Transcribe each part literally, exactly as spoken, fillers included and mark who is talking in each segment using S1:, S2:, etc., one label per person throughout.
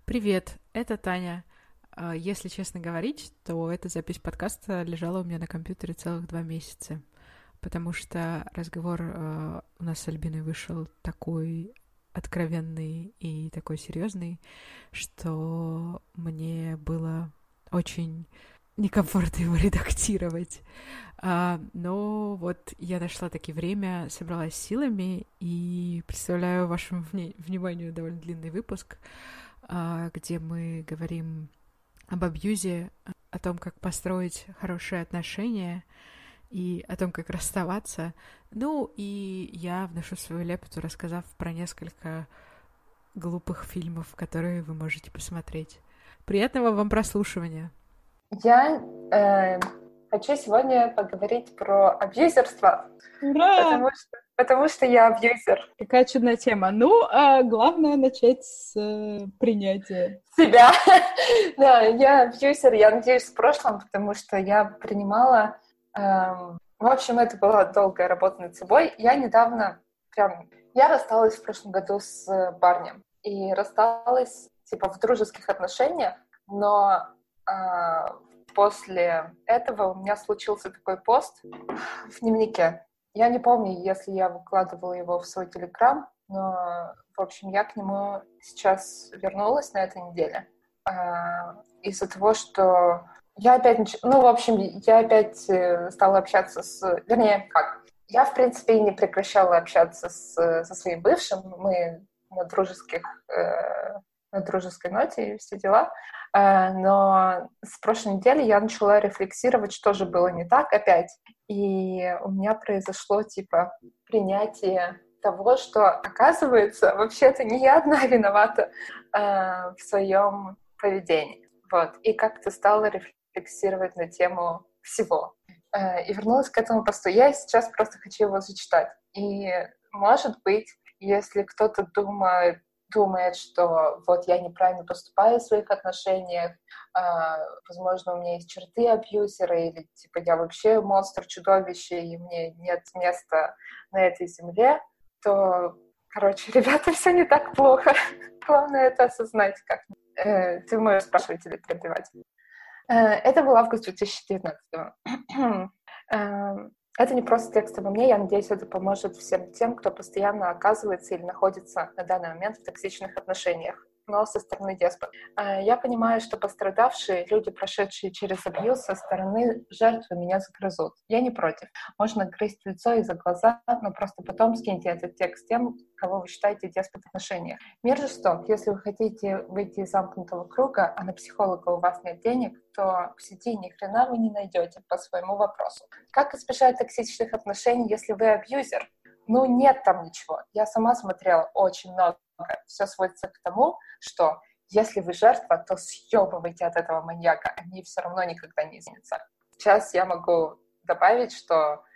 S1: Привет, это Таня. А, Если честно говорить, то эта запись подкаста лежала у меня на компьютере целых два месяца, потому что разговор э, у нас с Альбиной вышел такой откровенный и такой серьезный, что мне было очень некомфортно его редактировать. А, но вот я нашла таки время, собралась силами и представляю вашему вне- вниманию довольно длинный выпуск, а, где мы говорим об абьюзе, о том, как построить хорошие отношения и о том, как расставаться. Ну, и я вношу свою лепту, рассказав про несколько глупых фильмов, которые вы можете посмотреть. Приятного вам прослушивания!
S2: Я э, хочу сегодня поговорить про абьюзерство,
S3: Ура!
S2: потому что, потому что я абьюзер
S3: Какая чудная тема. Ну, а главное начать с э, принятия.
S2: себя. Да, я абьюзер, я надеюсь, в прошлом, потому что я принимала... эм, В общем, это была долгая работа над собой. Я недавно прям... Я рассталась в прошлом году с э, парнем. И рассталась, типа, в дружеских отношениях, но э, после этого у меня случился такой пост в дневнике. Я не помню, если я выкладывала его в свой Телеграм, но, в общем, я к нему сейчас вернулась на этой неделе. А, из-за того, что я опять... нач- Ну, в общем, я опять э, стала общаться с... Вернее, как? Я, в принципе, и не прекращала общаться с, со своим бывшим. Мы на дружеских... э, на дружеской ноте и все дела. Э, но с прошлой недели я начала рефлексировать, что же было не так опять. И у меня произошло, типа, принятие того, что, оказывается, вообще-то не я одна виновата э, в своем поведении. Вот. И как-то стала рефлексировать на тему всего. Э, и вернулась к этому посту. Я сейчас просто хочу его зачитать. И, может быть, если кто-то думает, думает, что вот я неправильно поступаю в своих отношениях, а, возможно, у меня есть черты абьюзера, или типа я вообще монстр-чудовище, и мне нет места на этой земле, то, короче, ребята, все не так плохо. Главное это осознать как. Э, ты можешь спрашивать или перебивать. Э, это был август две тысячи девятнадцатого. Э, Это не просто текст обо мне, я надеюсь, это поможет всем тем, кто постоянно оказывается или находится на данный момент в токсичных отношениях, но со стороны деспота. Э, Я понимаю, что пострадавшие, люди, прошедшие через абьюз, со стороны жертвы меня загрызут. Я не против. Можно грызть лицо и за глаза, но просто потом скиньте этот текст тем, кого вы считаете деспот в отношениях. Мир жесток. Если вы хотите выйти из замкнутого круга, а на психолога у вас нет денег, то в сети ни хрена вы не найдете по своему вопросу. Как избежать токсичных отношений, если вы абьюзер? Ну, нет там ничего. Я сама смотрела очень много. Все сводится к тому, что если вы жертва, то съебывайте от этого маньяка. Они все равно никогда не изменятся. Сейчас я могу добавить, что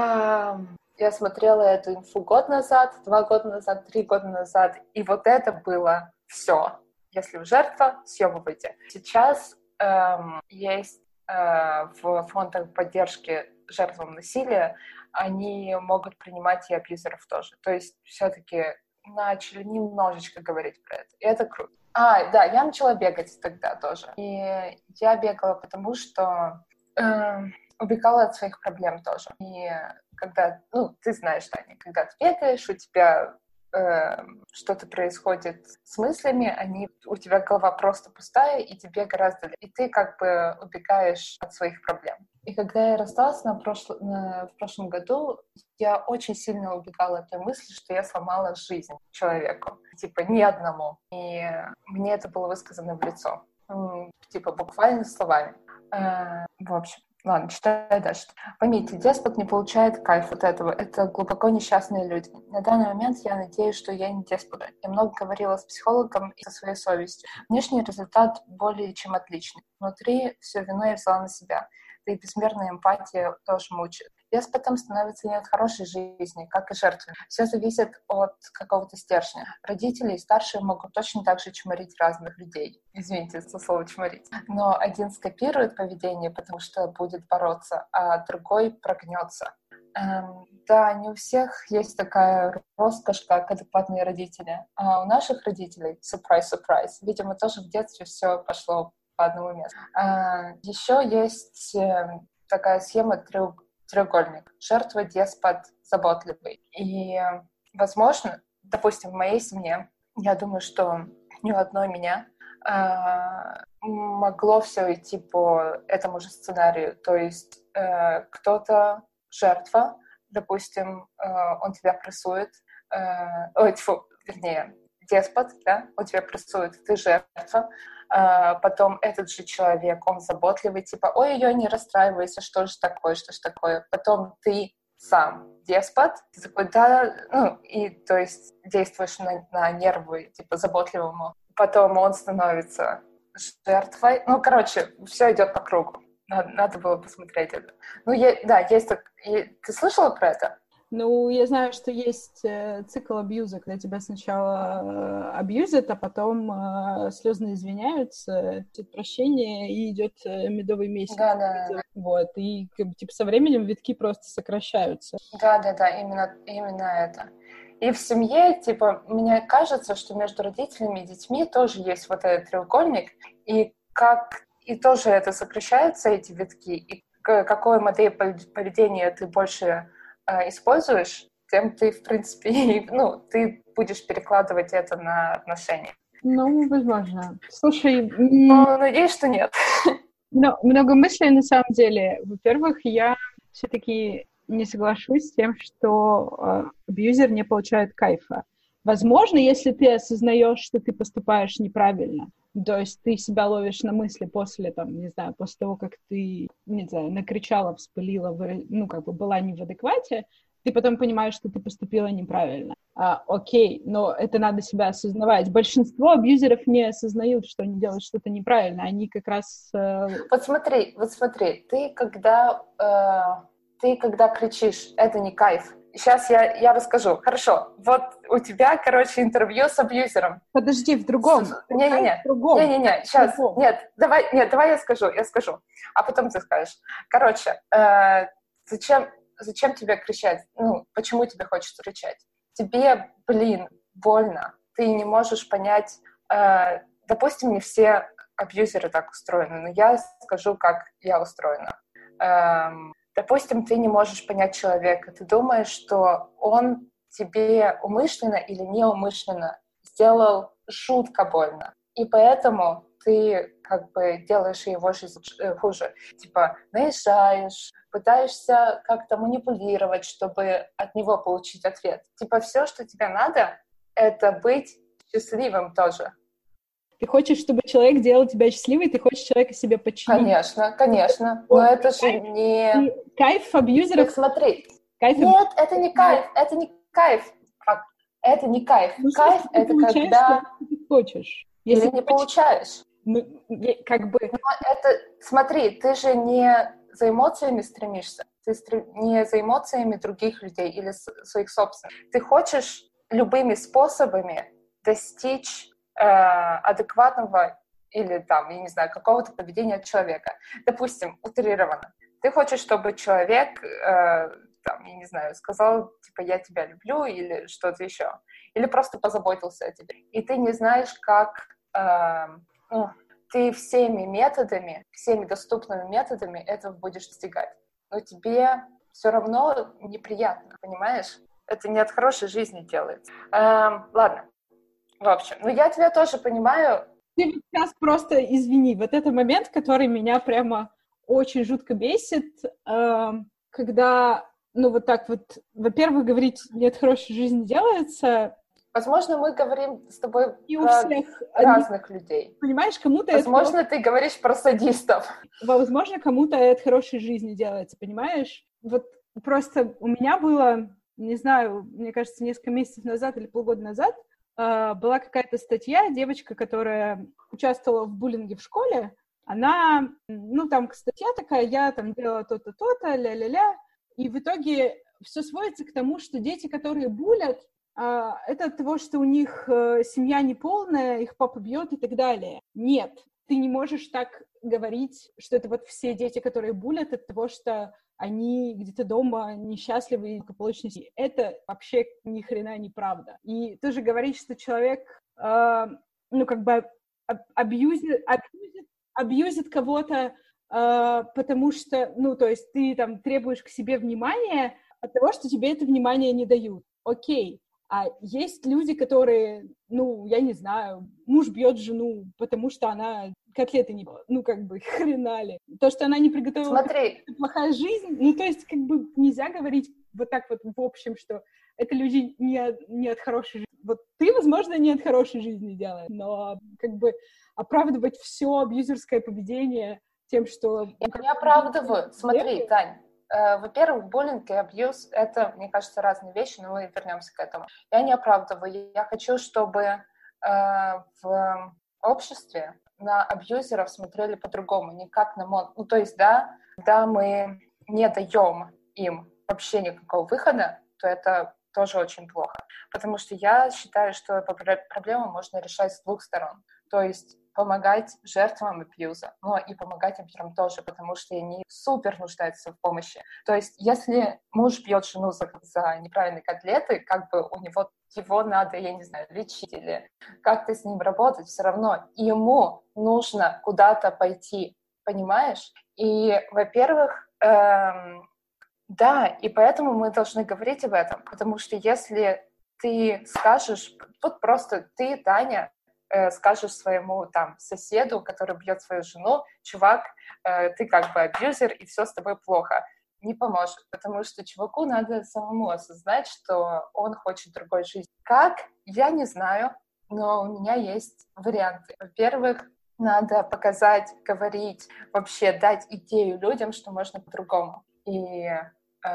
S2: ам, я смотрела эту инфу год назад, два года назад, три года назад, и вот это было все. Если вы жертва, съебывайте. Сейчас эм, есть э, в фондах поддержки жертвам насилия, они могут принимать и абьюзеров тоже. То есть все-таки начали немножечко говорить про это. И это круто. А, да, я начала бегать тогда тоже. И я бегала потому, что э, убегала от своих проблем тоже. И когда, ну, ты знаешь, Таня, когда ты бегаешь, у тебя э, что-то происходит с мыслями, они, у тебя голова просто пустая, и тебе гораздо... И ты как бы убегаешь от своих проблем. И когда я рассталась на прошло... на... в прошлом году, я очень сильно убегала от той мысли, что я сломала жизнь человеку. Типа, ни одному. И мне это было высказано в лицо. М, Типа, буквально словами. Э, В общем, ладно, читаю дальше. Поймите, деспот не получает кайф от этого. Это глубоко несчастные люди. На данный момент я надеюсь, что я не деспот. Я много говорила с психологом и со своей совестью. Внешний результат более чем отличный. Внутри все вино я взяла на себя. Да и безмерная эмпатия тоже мучает. Деспотом становится не от хорошей жизни, как и жертвой. Все зависит от какого-то стержня. Родители и старшие могут точно так же чморить разных людей. Извините за слово «чморить». Но один скопирует поведение, потому что будет бороться, а другой прогнется. Эм, да, не у всех есть такая роскошь, как адекватные родители. А у наших родителей, surprise-surprise, видимо, тоже в детстве все пошло по одному месту. А, еще есть э, такая схема треуг- треугольник. Жертва, деспот, заботливый. И, э, возможно, допустим, в моей семье, я думаю, что ни у одной меня э, могло все идти по этому же сценарию. То есть э, кто-то жертва, допустим, э, он тебя прессует, э, ой, тьфу, вернее, деспот, да, он тебя прессует, ты жертва, э, потом этот же человек, он заботливый, типа, ой-ой-ой, не расстраивайся, что же такое, что же такое, потом ты сам деспот, ты такой, да, ну, и, то есть, действуешь на, на нервы, типа, заботливому, потом он становится жертвой, ну, короче, все идет по кругу. Надо, надо было посмотреть это. Ну, е- да, есть так... е- Ты слышала про это?
S3: Ну, я знаю, что есть э, цикл абьюза, когда тебя сначала э, абьюзят, а потом э, слезно извиняются, просят прощения, и идет э, медовый месяц.
S2: Да, да, да.
S3: Вот, и как бы, типа, со временем витки просто сокращаются.
S2: Да, да, да, именно, именно это. И в семье, типа, мне кажется, что между родителями и детьми тоже есть вот этот треугольник, и как и тоже это сокращаются, эти витки, и к- какой модель поведения ты больше э, используешь, тем ты, в принципе, и, ну, ты будешь перекладывать это на отношения.
S3: Ну, возможно. Слушай, м,
S2: Но надеюсь, что нет.
S3: мно- много мыслей на самом деле. Во-первых, я все-таки не соглашусь с тем, что э, абьюзер не получает кайфа. Возможно, если ты осознаешь, что ты поступаешь неправильно, то есть ты себя ловишь на мысли после, там, не знаю, после того, как ты, не знаю, накричала, вспылила, выра- ну, как бы была не в адеквате, ты потом понимаешь, что ты поступила неправильно. А, окей, но это надо себя осознавать. Большинство абьюзеров не осознают, что они делают что-то неправильно. Они как раз... э,
S2: Вот смотри, вот смотри, ты когда, э, ты когда кричишь, это не кайф. Сейчас я, я расскажу. Хорошо, вот у тебя, короче, интервью с абьюзером.
S3: Подожди, в другом.
S2: С- Не-не-не,
S3: В другом.
S2: не-не-не, сейчас,
S3: В другом.
S2: нет, давай, нет, давай я скажу, я скажу, а потом ты скажешь. Короче, э, зачем, зачем тебе кричать? Ну, почему тебе хочется кричать? Тебе, блин, больно, ты не можешь понять, э, допустим, не все абьюзеры так устроены, но я скажу, как я устроена. Эм, допустим, ты не можешь понять человека, ты думаешь, что он тебе умышленно или неумышленно сделал жутко больно, и поэтому ты как бы делаешь его жизнь э, хуже. Типа наезжаешь, пытаешься как-то манипулировать, чтобы от него получить ответ. Типа все, что тебе надо, это быть счастливым тоже.
S3: Ты хочешь, чтобы человек делал тебя счастливой, ты хочешь человека себе подчинить.
S2: Конечно, конечно. Но это же не...
S3: И кайф абьюзеров...
S2: Так смотри.
S3: Кайф
S2: Нет, это не кайф, это не кайф. Как? Это не кайф.
S3: Ну,
S2: Кайф —
S3: ты
S2: это
S3: получаешь
S2: когда...
S3: то, что ты хочешь.
S2: Или
S3: Если
S2: не
S3: ты
S2: получаешь.
S3: Ну, е- как бы...
S2: Но это... Смотри, ты же не за эмоциями стремишься. Ты стр- не за эмоциями других людей или с- своих собственных. Ты хочешь любыми способами достичь э, адекватного или там, я не знаю, какого-то поведения человека. Допустим, утрированно. Ты хочешь, чтобы человек, э, там, я не знаю, сказал, типа, я тебя люблю или что-то еще. Или просто позаботился о тебе. И ты не знаешь, как... Э, ну, ты всеми методами, всеми доступными методами этого будешь достигать. Но тебе все равно неприятно, понимаешь? Это не от хорошей жизни делается. Эм, ладно. В общем, ну я тебя тоже понимаю.
S3: Ты вот сейчас просто извини, вот это момент, который меня прямо очень жутко бесит, э, когда, ну, вот так вот, во-первых, говорить «нет, хорошей жизни делается».
S2: Возможно, мы говорим с тобой
S3: И у
S2: про
S3: всех
S2: разных они... людей.
S3: Понимаешь, кому-то
S2: Возможно,
S3: это...
S2: ты говоришь про садистов.
S3: Возможно, кому-то от хорошей жизни делается, понимаешь? Вот просто у меня было, не знаю, мне кажется, несколько месяцев назад или полгода назад э, была какая-то статья, девочка, которая участвовала в буллинге в школе, она, ну, там статья такая, я там делала то-то, то-то, ля-ля-ля, и в итоге все сводится к тому, что дети, которые буллят, это от того, что у них семья неполная, их папа бьет и так далее. Нет. ты не можешь так говорить, что это вот все дети, которые булят от того, что они где-то дома несчастливы и благополучны. Это вообще ни хрена неправда. И ты же говоришь, что человек, э, ну, как бы абьюзит, абьюзит, абьюзит кого-то, э, потому что, ну, то есть ты там требуешь к себе внимания от того, что тебе это внимание не дают. Окей. А есть люди, которые, ну, я не знаю, муж бьет жену, потому что она котлеты не... Ну, как бы, хренали. То, что она не приготовила...
S2: Смотри.
S3: Это плохая жизнь. Ну, то есть, как бы, нельзя говорить вот так вот в общем, что это люди не от, не от хорошей жизни. Вот ты, возможно, не от хорошей жизни делаешь, но, как бы, оправдывать все абьюзерское поведение тем, что...
S2: Я не оправдываю. Смотри, Тань. Во-первых, буллинг и абьюз — это, мне кажется, разные вещи, но мы вернемся к этому. Я не оправдываю. Я хочу, чтобы э, в обществе на абьюзеров смотрели по-другому, не как на мон... Ну, то есть, да, когда мы не даем им вообще никакого выхода, то это тоже очень плохо. Потому что я считаю, что проблему можно решать с двух сторон. То есть помогать жертвам абьюза, но и помогать абьюзерам тоже, потому что они супер нуждаются в помощи. То есть если муж бьет жену за, за неправильные котлеты, как бы у него его надо, я не знаю, лечить или как-то с ним работать, все равно ему нужно куда-то пойти, понимаешь? И, во-первых, эм, да, и поэтому мы должны говорить об этом, потому что если ты скажешь, вот просто ты, Таня, скажешь своему там соседу, который бьет свою жену: чувак, э, ты как бы абьюзер, и все с тобой плохо. Не поможет, потому что чуваку надо самому осознать, что он хочет другой жизни. Как? Я не знаю, но у меня есть варианты. Во-первых, надо показать, говорить, вообще дать идею людям, что можно по-другому. И, э,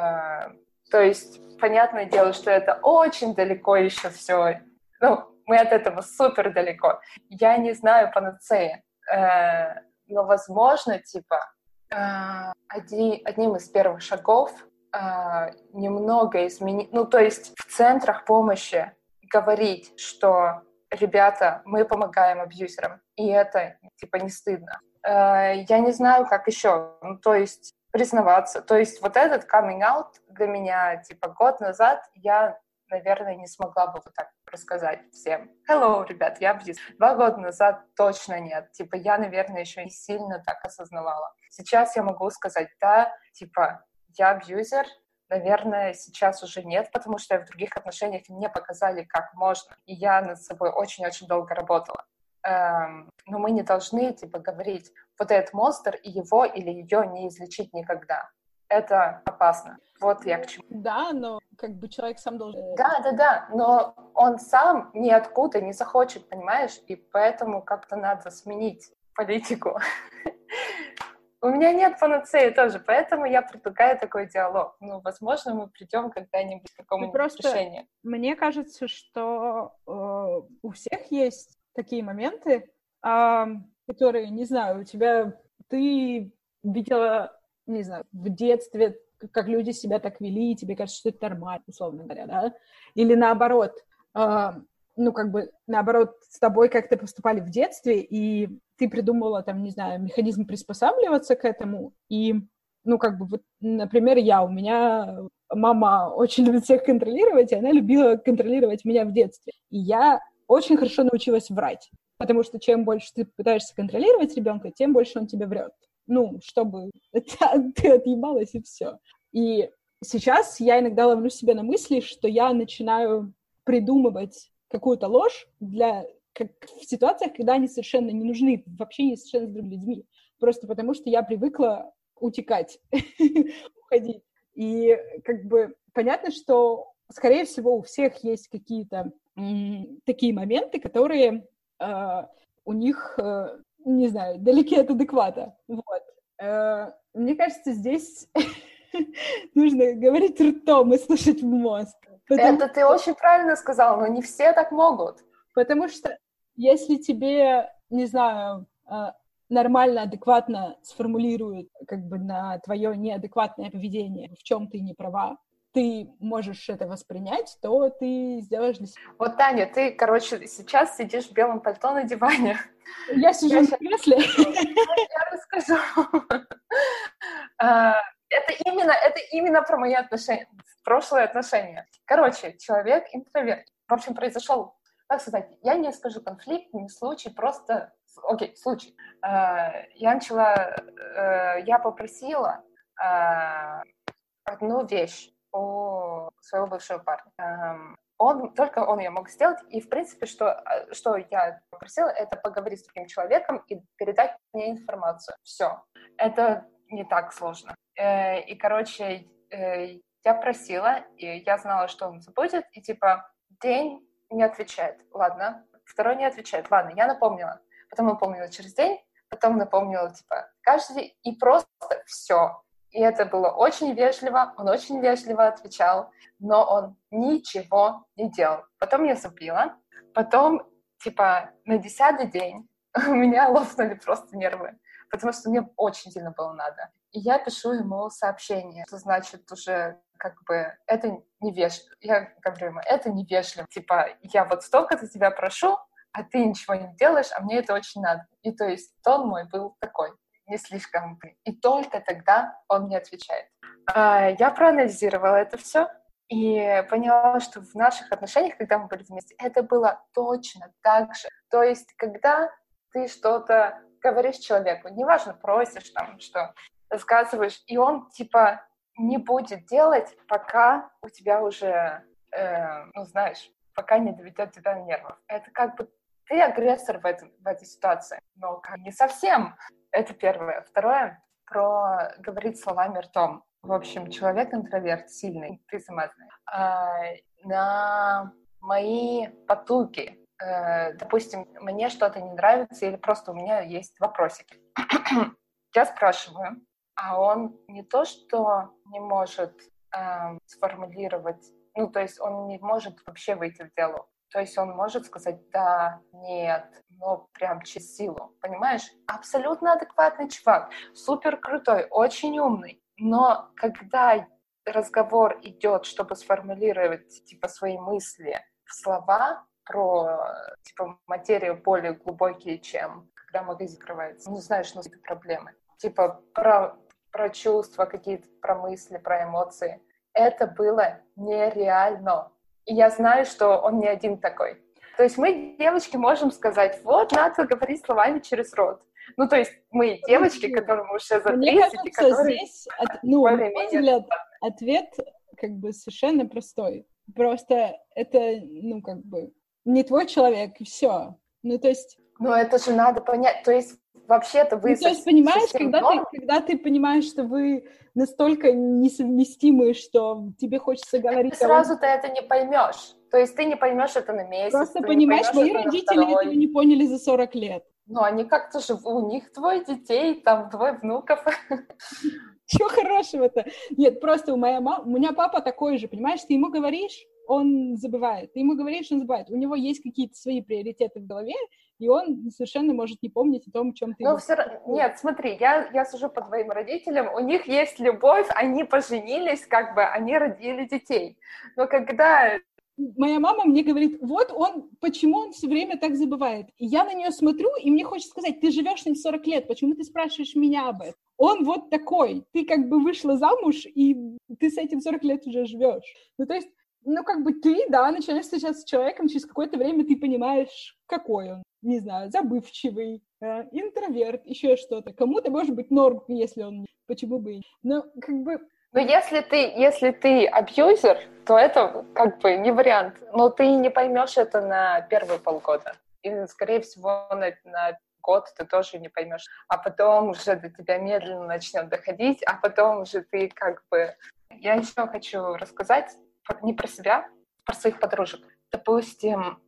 S2: то есть, понятное дело, что это очень далеко еще все. Ну, мы от этого супер далеко. Я не знаю панацеи, э, но, возможно, типа, э, один, одним из первых шагов э, немного изменить, ну, то есть в центрах помощи говорить, что, ребята, мы помогаем абьюзерам, и это, типа, не стыдно. Э, я не знаю, как еще, ну, то есть признаваться. То есть вот этот coming out для меня, типа, год назад я, наверное, не смогла бы вот так рассказать всем. Hello, ребят, я абьюз. Два года назад точно нет. Типа, я, наверное, еще не сильно так осознавала. Сейчас я могу сказать, да, типа, я абьюзер. Наверное, сейчас уже нет, потому что в других отношениях мне показали, как можно. И я над собой очень-очень долго работала. Эм, но мы не должны, типа, говорить, вот этот монстр, и его или ее не излечить никогда. Это опасно. Вот я к чему.
S3: Да, но как бы человек сам должен...
S2: Да, да, да, но он сам ниоткуда не захочет, понимаешь? И поэтому как-то надо сменить политику. У меня нет панацеи тоже, поэтому я предлагаю такой диалог. Ну, возможно, мы придем когда-нибудь к какому-нибудь решению.
S3: Мне кажется, что э, у всех есть такие моменты, э, которые, не знаю, у тебя... Ты видела, не знаю, в детстве, как люди себя так вели, и тебе кажется, что это нормально, условно говоря, да? Или наоборот, э, ну, как бы, наоборот, с тобой как-то поступали в детстве, и ты придумала, там, не знаю, механизм приспосабливаться к этому, и, ну, как бы, вот, например, я, у меня мама очень любит всех контролировать, и она любила контролировать меня в детстве. И я очень хорошо научилась врать, потому что чем больше ты пытаешься контролировать ребенка, тем больше он тебе врет. Ну, чтобы ты отъебалась, и все. И сейчас я иногда ловлю себя на мысли, что я начинаю придумывать какую-то ложь для, как, в ситуациях, когда они совершенно не нужны, вообще не совершенно с другими людьми. Просто потому, что я привыкла утекать, уходить. И как бы понятно, что, скорее всего, у всех есть какие-то м- такие моменты, которые э, у них... Э, не знаю, далеки от адеквата. Вот. Э, мне кажется, здесь нужно говорить ртом и слушать в мозг.
S2: Это что... ты очень правильно сказала, но не все так могут.
S3: Потому что если тебе, не знаю, нормально, адекватно сформулируют как бы на твое неадекватное поведение, в чем ты не права, ты ты можешь это воспринять, то ты сделаешь для себя.
S2: Вот, Таня, ты, короче, сейчас сидишь в белом пальто на диване.
S3: Я сижу
S2: Я
S3: в
S2: щас-
S3: кресле.
S2: Я расскажу. А, Это именно, это именно про мои отношения, прошлые отношения. Короче, человек интроверт. В общем, произошел, как сказать, я не скажу конфликт, не случай, просто, окей, случай. А, Я начала, э, я попросила а, одну вещь у своего бывшего парня. Эм, Он, только он ее мог сделать, и, в принципе, что, э, что я попросила, это поговорить с другим человеком и передать мне информацию. Все. Это не так сложно. Э, И, короче, э, я просила, и я знала, что он забудет, и, типа, день не отвечает. Ладно. Второй не отвечает. Ладно, я напомнила. Потом напомнила через день, потом напомнила, типа, каждый день, и просто все. И это было очень вежливо, он очень вежливо отвечал, но он ничего не делал. Потом я забила, потом, типа, на десятый день у меня лопнули просто нервы, потому что мне очень сильно было надо. И я пишу ему сообщение, что значит уже как бы это невежливо. Я говорю ему, это невежливо. Типа, я вот столько-то тебя прошу, а ты ничего не делаешь, а мне это очень надо. И то есть тон мой был такой. Не слишком. И только тогда он мне отвечает. А, Я проанализировала это все и поняла, что в наших отношениях, когда мы были вместе, это было точно так же. То есть, когда ты что-то говоришь человеку, неважно, просишь там, что рассказываешь, и он типа не будет делать, пока у тебя уже, э, ну знаешь, пока не доведет тебя до нервов. Это как бы ты агрессор в, этом, в этой ситуации, но как не совсем. Это первое. Второе, про говорить словами ртом. В общем, человек-интроверт сильный, ты сама знаешь. А, на мои потуги, э, допустим, мне что-то не нравится или просто у меня есть вопросики. Я спрашиваю, а он не то, что не может э, сформулировать, ну, то есть он не может вообще выйти в диалог. То есть он может сказать «да», «нет», но прям через силу, понимаешь? Абсолютно адекватный чувак, супер крутой, очень умный. Но когда разговор идет, чтобы сформулировать типа свои мысли в слова про типа материю более глубокие, чем когда магазин открывается, ну знаешь, ну это проблемы. Типа про, про чувства какие-то, про мысли, про эмоции. Это было нереально. И я знаю, что он не один такой. То есть мы, девочки, можем сказать, вот, надо говорить словами через рот. Ну, то есть мы, девочки, которым уже за
S3: Мне
S2: тридцать,
S3: кажется,
S2: и которые
S3: здесь, от, ну, на мой
S2: более-менее...
S3: взгляд, ответ как бы совершенно простой. Просто это, ну, как бы, не твой человек, и все. Ну, то есть...
S2: Но это же надо понять. То есть вообще-то вы
S3: Ну, то есть,
S2: совсем,
S3: понимаешь,
S2: совсем
S3: когда
S2: норм...
S3: ты, когда ты понимаешь, что вы настолько несовместимы, что тебе хочется говорить...
S2: Ты сразу ты это не поймешь. То есть ты не поймешь это на месяц,
S3: Просто,
S2: ты
S3: понимаешь,
S2: не
S3: мои
S2: поймешь это на
S3: родители
S2: второй.
S3: этого не поняли за сорок лет.
S2: Ну, они как-то живут, у них двое детей, там двое внуков.
S3: Чего хорошего-то? Нет, просто у, моя мам... у меня папа такой же, понимаешь, ты ему говоришь, он забывает. Ты ему говоришь, он забывает. У него есть какие-то свои приоритеты в голове, и он совершенно может не помнить о том, о чем ты...
S2: Ну, все равно... Нет, смотри, я, я сужу по твоим родителям, у них есть любовь, они поженились, как бы, они родили детей. Но когда...
S3: Моя мама мне говорит, вот он, почему он все время так забывает? И я на нее смотрю, и мне хочется сказать, ты живешь с ним сорок лет, почему ты спрашиваешь меня об этом? Он вот такой, ты как бы вышла замуж, и ты с этим сорок лет уже живешь. Ну, то есть, ну, как бы ты, да, начинаешь встречаться с человеком, через какое-то время ты понимаешь, какой он. Не знаю, забывчивый, э, интроверт, еще что-то. Кому-то может быть норм, если он... Почему бы и... Но как бы...
S2: Но если ты, если ты абьюзер, то это как бы не вариант. Но ты не поймешь это на первые полгода. И, скорее всего, на, на год ты тоже не поймешь. А потом уже до тебя медленно начнет доходить, а потом уже ты как бы... Я еще хочу рассказать не про себя, про своих подружек. Допустим,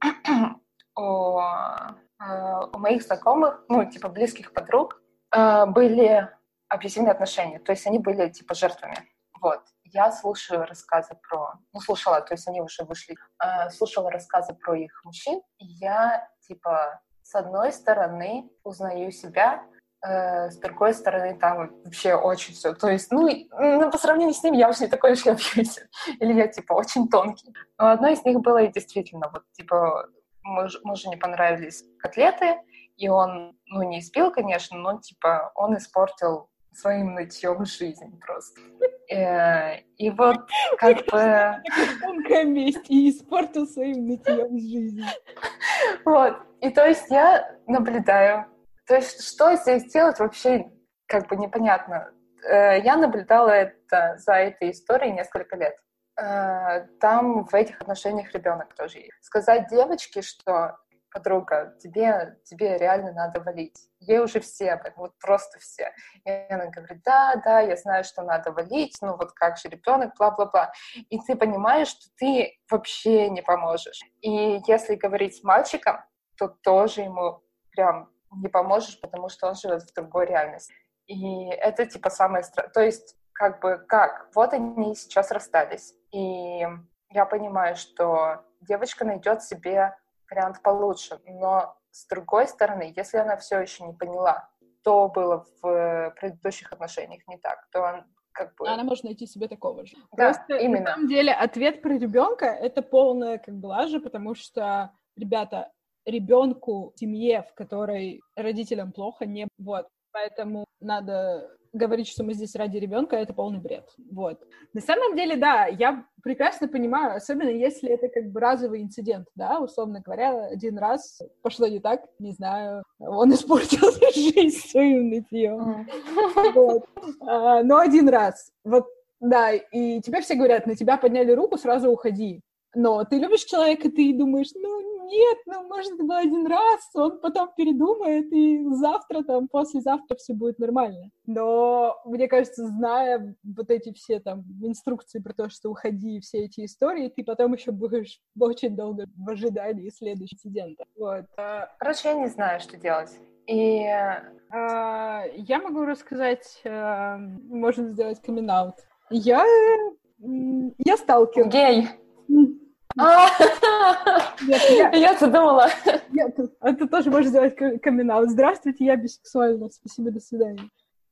S2: у, у моих знакомых, ну, типа близких подруг, были абьюзивные отношения, то есть они были типа жертвами. Вот. Я слушаю рассказы про... Ну, слушала, то есть они уже вышли. Э, слушала рассказы про их мужчин, и я, типа, с одной стороны узнаю себя, Э, с другой стороны, там вообще очень все. То есть, ну, ну, по сравнению с ним я уж не такой уж и абьюзер. Или я, типа, очень тонкий. Но одно из них было и действительно, вот, типа, муж, мужу не понравились котлеты, и он, ну, не испил, конечно, но, типа, он испортил своим нытьем жизнь просто. Э, и вот, как бы...
S3: Такая тонкая месть, и испортил своим нытьем жизнь.
S2: Вот. И то есть я наблюдаю. То есть что здесь делать вообще как бы непонятно. Я наблюдала это за этой историей несколько лет. Там в этих отношениях ребенок тоже есть. Сказать девочке, что подруга, тебе, тебе реально надо валить. Ей уже все, вот просто все. И она говорит, да, да, я знаю, что надо валить, ну вот как же ребенок, бла-бла-бла. И ты понимаешь, что ты вообще не поможешь. И если говорить с мальчиком, то тоже ему прям не поможешь, потому что он живет в другой реальности. И это типа самое страшное. То есть как бы как? Вот они сейчас расстались. И я понимаю, что девочка найдет себе вариант получше. Но с другой стороны, если она все еще не поняла, что было в предыдущих отношениях не так, то он как бы...
S3: Она может найти себе такого же.
S2: Да,
S3: Просто,
S2: именно.
S3: На самом деле ответ про ребенка — это полная как бы лажа, потому что, ребята, ребенку в семье, в которой родителям плохо, не... Вот. Поэтому надо говорить, что мы здесь ради ребенка, это полный бред. Вот. На самом деле, да, я прекрасно понимаю, особенно если это как бы разовый инцидент, да, условно говоря, один раз пошло не так, не знаю, он испортил жизнь своим нытьем. Вот. А, но один раз. Вот, да, и тебе все говорят, на тебя подняли руку, сразу уходи. Но ты любишь человека, ты думаешь, ну нет, ну может это был один раз, он потом передумает, и завтра там, послезавтра все будет нормально. Но, мне кажется, зная вот эти все там инструкции про то, что уходи, и все эти истории, ты потом еще будешь очень долго в ожидании следующего инцидента. Вот.
S2: Короче, я не знаю, что делать. И
S3: а, я могу рассказать, а, можно сделать камин-аут. Я, я сталкер.
S2: Гей. А, я-то думала.
S3: Это тоже можно сделать камин-аут. Здравствуйте, я бисексуальна. Спасибо, до свидания.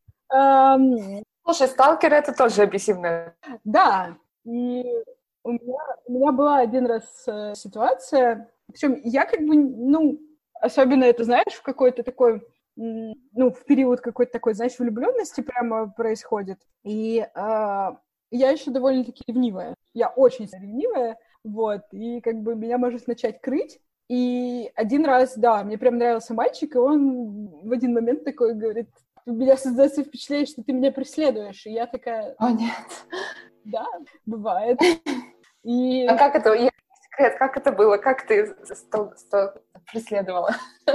S2: Слушай, сталкер — это тоже абьюзивное.
S3: Да, и у меня, у меня была один раз ситуация, причем я как бы, ну, особенно это, знаешь, в какой-то такой, ну, в период какой-то такой, знаешь, влюбленности прямо происходит. И я еще довольно-таки ревнивая. Я очень ревнивая. Вот, и как бы меня может начать крыть. И один раз, да, мне прям нравился мальчик, и он в один момент такой говорит, у меня создается впечатление, что ты меня преследуешь. И я такая...
S2: О, нет.
S3: Да, бывает. И...
S2: А как это, я, секрет, как это было? Как ты сто, сто преследовала?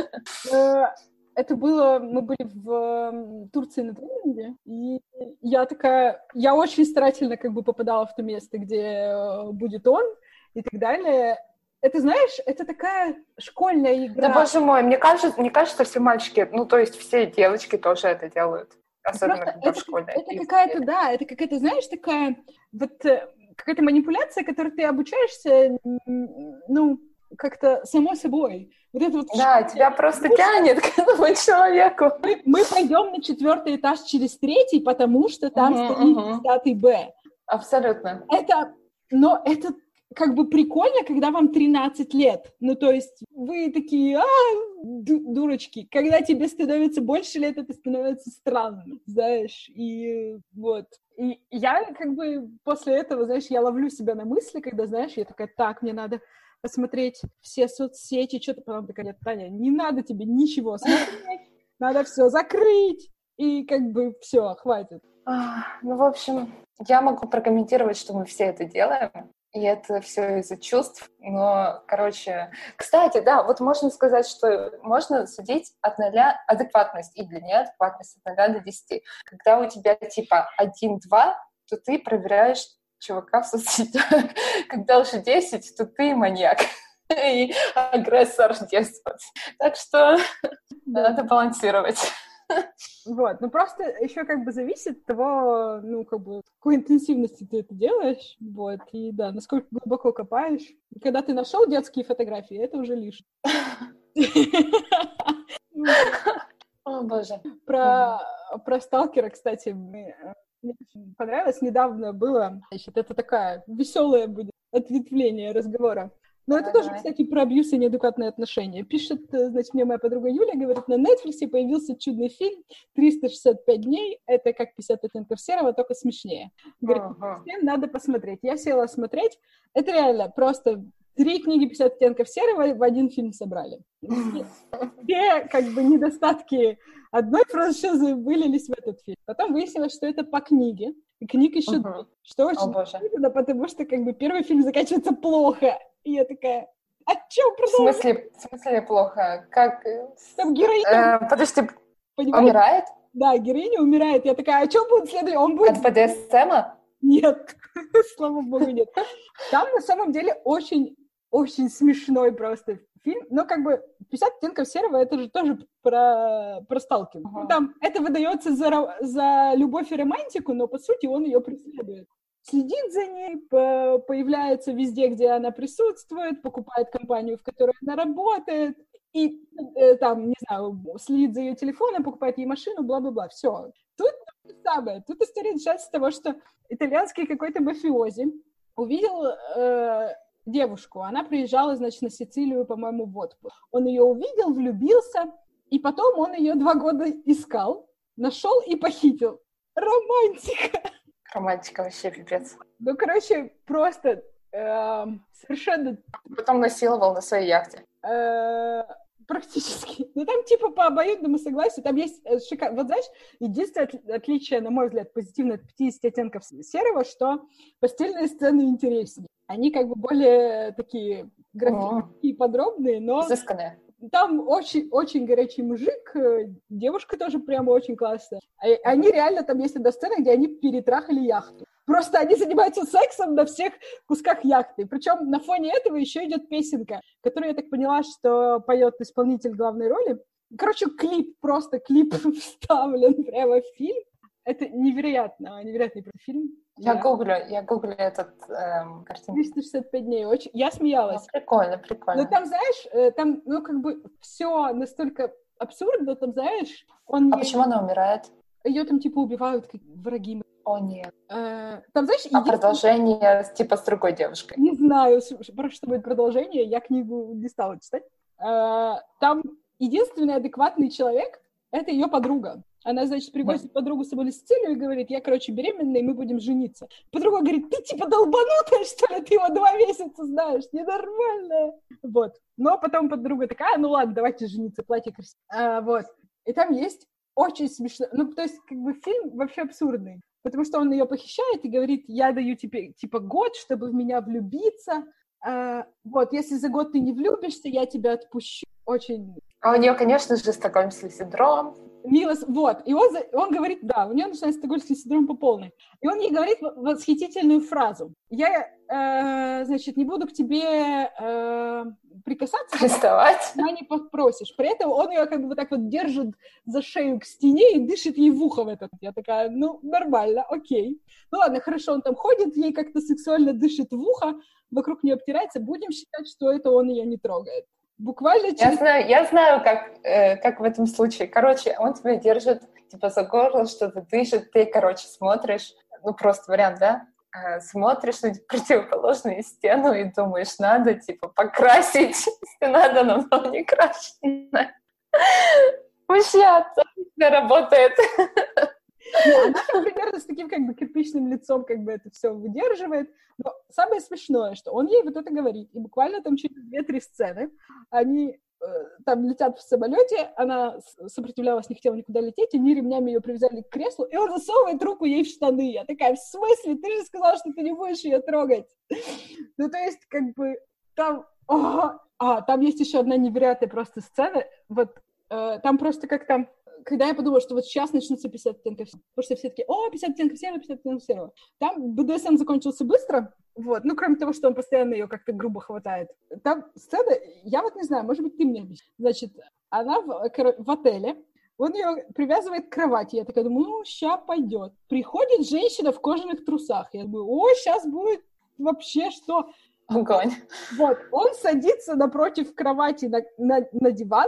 S3: Это было, мы были в Турции на тренинге, и я такая, я очень старательно как бы попадала в то место, где будет он, и так далее. Это, знаешь, это такая школьная игра.
S2: Да, боже мой, мне кажется, мне кажется, все мальчики, ну, то есть все девочки тоже это делают. Особенно,
S3: просто
S2: когда
S3: это,
S2: в школе.
S3: Это какая-то, да, это какая-то, знаешь, такая вот какая-то манипуляция, которой ты обучаешься, ну, как-то само собой. Вот это вот
S2: да,
S3: что-то...
S2: тебя просто ну, тянет к этому человеку.
S3: Мы, мы пойдем на четвертый этаж через третий, потому что там uh-huh, стоит десятый uh-huh. Б.
S2: Абсолютно.
S3: Это, но это как бы прикольно, когда вам тринадцать лет. Ну, то есть вы такие, а, ду- дурочки. Когда тебе становится больше лет, это становится странно, знаешь. И вот. И я как бы после этого, знаешь, я ловлю себя на мысли, когда, знаешь, я такая, так, мне надо посмотреть все соцсети, что-то потом такая, нет, Таня, не надо тебе ничего смотреть, надо все закрыть, и как бы все, хватит.
S2: А, ну, в общем, я могу прокомментировать, что мы все это делаем, и это все из-за чувств, но, короче... Кстати, да, вот можно сказать, что можно судить от нуля адекватность и для неадекватность от нуля до десяти. Когда у тебя типа один-два, то ты проверяешь чувака в соцсетях. Когда уже десять, то ты маньяк и агрессор детства. Так что да. Надо балансировать.
S3: Вот, ну просто еще как бы зависит от того, ну, как бы, какой интенсивности ты это делаешь, вот, и да, насколько глубоко копаешь. И когда ты нашел детские фотографии, это уже лишнее.
S2: О, Боже.
S3: Про, про сталкера, кстати, мне, мне понравилось. Недавно было, значит, это такая веселая будет ответвление разговора. Но это тоже, кстати, про абьюз и неадекватные отношения. Пишет, значит, мне моя подруга Юля, говорит, на Netflix появился чудный фильм «триста шестьдесят пять дней». Это как пятьдесят оттенков серого, только смешнее. Говорит, uh-huh. всем надо посмотреть. Я села смотреть. Это реально просто три книги пятьдесят оттенков серого в один фильм собрали. Все, как бы, недостатки одной франшизы вылились в этот фильм. Потом выяснилось, что это по книге. И книг еще uh-huh. две, что очень неожиданно, потому что, как бы, первый фильм заканчивается плохо. И я такая, а чё продолжать?
S2: В смысле, в смысле плохо? Как?
S3: Там героиня...
S2: Э, подожди, понимаете? Умирает?
S3: Да, героиня умирает. Я такая, а чё будет следующий? Он будет...
S2: От бэ дэ эс эма?
S3: Нет, слава богу, нет. Там, на самом деле, очень, очень смешной просто фильм. Но, как бы, пятьдесят оттенков серого, это же тоже про, про сталкинг. Uh-huh. Там это выдается за, за любовь и романтику, но, по сути, он ее преследует. Следит за ней, появляется везде, где она присутствует, покупает компанию, в которой она работает, и э, там, не знаю, следит за ее телефоном, покупает ей машину, бла-бла-бла. Все. Тут то же самое. Тут история начинается с того, что итальянский какой-то мафиози увидел э, девушку. Она приезжала, значит, на Сицилию, по-моему, в отпуск. Он ее увидел, влюбился, и потом он ее два года искал, нашел и похитил. Романтика!
S2: Романтика вообще пипец.
S3: Ну, короче, просто э, совершенно...
S2: Потом насиловал на своей яхте.
S3: Э, практически. Ну, там типа по обоюдному согласию. Там есть шикарно... Вот знаешь, единственное отличие, на мой взгляд, позитивное от пятидесяти оттенков серого, что постельные сцены интереснее. Они как бы более такие графические, подробные, но...
S2: Изысканные.
S3: Там очень-очень горячий мужик, девушка тоже прямо очень классная. Они реально, там есть одна сцена, где они перетрахали яхту. Просто они занимаются сексом на всех кусках яхты. Причем на фоне этого еще идет песенка, которую, я так поняла, что поет исполнитель главной роли. Короче, клип, просто клип вставлен прямо в фильм. Это невероятно, невероятный фильм.
S2: Я, я гуглю, я гуглю этот эм, картинку.
S3: триста шестьдесят пять дней. Очень... Я смеялась.
S2: Ну, прикольно, прикольно.
S3: Но там, знаешь, там, ну, как бы все настолько абсурдно, там, знаешь, он...
S2: А
S3: не...
S2: почему она умирает?
S3: Ее там, типа, убивают как враги.
S2: О, нет.
S3: Э, там, знаешь...
S2: А единственное... продолжение, типа, с другой девушкой?
S3: Не знаю, про что будет продолжение, я книгу не стала читать. Э, там единственный адекватный человек — это ее подруга. Она, значит, привозит да. подругу с собой на Сицилию и говорит, я, короче, беременна, и мы будем жениться. Подруга говорит, ты типа долбанутая, что ли? Ты его два месяца знаешь, ненормальная. Вот. Но потом подруга такая, ну ладно, давайте жениться, платье красивое. А, вот. И там есть очень смешно. Ну, то есть, как бы, фильм вообще абсурдный. Потому что он ее похищает и говорит, я даю тебе, типа, год, чтобы в меня влюбиться. А, вот, если за год ты не влюбишься, я тебя отпущу. Очень...
S2: А у нее, конечно же, стокгольмский синдром.
S3: Милос, вот, и он, он говорит, да, у нее начинается стокгольмский синдром по полной. И он ей говорит восхитительную фразу. Я, э, значит, не буду к тебе э, прикасаться,
S2: приставать,
S3: пока не попросишь. При этом он ее как бы вот так вот держит за шею к стене и дышит ей в ухо в этот. Я такая, ну, нормально, окей. Ну ладно, хорошо, он там ходит, ей как-то сексуально дышит в ухо, вокруг нее обтирается, будем считать, что это он ее не трогает. Буквально через...
S2: Я знаю, я знаю как, э, как в этом случае. Короче, он тебя держит, типа, за горло, что-то дышит, ты, короче, смотришь, ну, просто вариант, да? Э, смотришь на противоположную стену и думаешь, надо, типа, покрасить. Стена давно не крашеная. Вообще, отлично работает.
S3: Ну, она там примерно с таким, как бы, кирпичным лицом, как бы, это все выдерживает. Но самое смешное, что он ей вот это говорит. И буквально там через две-три сцены они э, там летят в самолете, она сопротивлялась, не хотела никуда лететь, они ремнями ее привязали к креслу, и он засовывает руку ей в штаны. Я такая, в смысле? Ты же сказала, что ты не будешь ее трогать. Ну, то есть, как бы, там... О! А, там есть еще одна невероятная просто сцена. Вот, э, там просто как-то... Когда я подумала, что вот сейчас начнутся пятьдесят оттенков серого, потому что все таки о, пятьдесят оттенков серого, пятьдесят оттенков серого. Там бэ дэ эс эм закончился быстро, вот, ну, кроме того, что он постоянно ее как-то грубо хватает. Там сцена, я вот не знаю, может быть, ты мне объяснишь. Значит, она в, в отеле, он ее привязывает к кровати, я такая думаю, ну, ща пойдет. Приходит женщина в кожаных трусах, я думаю, о, сейчас будет вообще что?
S2: Огонь.
S3: Вот, он садится напротив кровати на, на, на диван,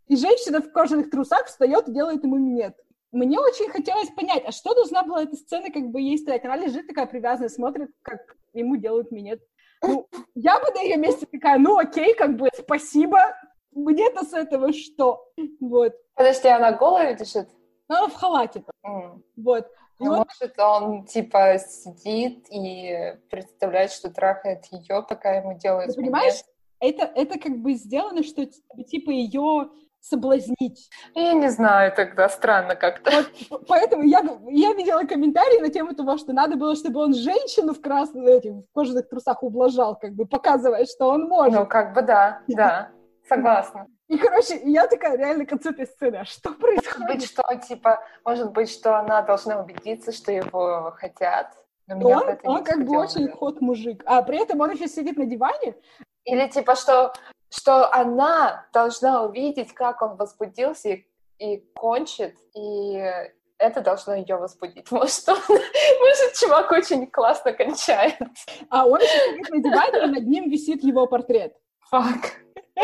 S3: и женщина в кожаных трусах встает и делает ему минет. Мне очень хотелось понять, а что должна была эта сцена как бы ей стоять? Она лежит такая привязанная, смотрит, как ему делают минет. Ну, я бы на ее месте такая, ну окей, как бы спасибо, мне-то с этого что? Вот.
S2: Подожди, она голая лежит?
S3: Ну, она в халате.
S2: Mm.
S3: Вот.
S2: И а вот... Может, он, типа, сидит и представляет, что трахает ее, пока ему делают
S3: Ты понимаешь, это, это как бы сделано, что, типа, ее соблазнить.
S2: Я не знаю, тогда странно как-то.
S3: Вот, поэтому я, я видела комментарии на тему того, что надо было, чтобы он женщину в красных, этих, в кожаных трусах ублажал, как бы показывая, что он может.
S2: Ну, как бы да, да, согласна.
S3: И, короче, я такая реально к концу этой сцены, а что происходит?
S2: Может быть, что, типа, может быть, что она должна убедиться, что его хотят. Но
S3: меня он, это он как бы очень ход мужик, а при этом он еще сидит на диване.
S2: Или типа, что, что она должна увидеть, как он возбудился и, и кончит, и это должно ее возбудить. Может, он, может, чувак очень классно кончает.
S3: А он еще сидит на диване, и над ним висит его портрет.
S2: Фак.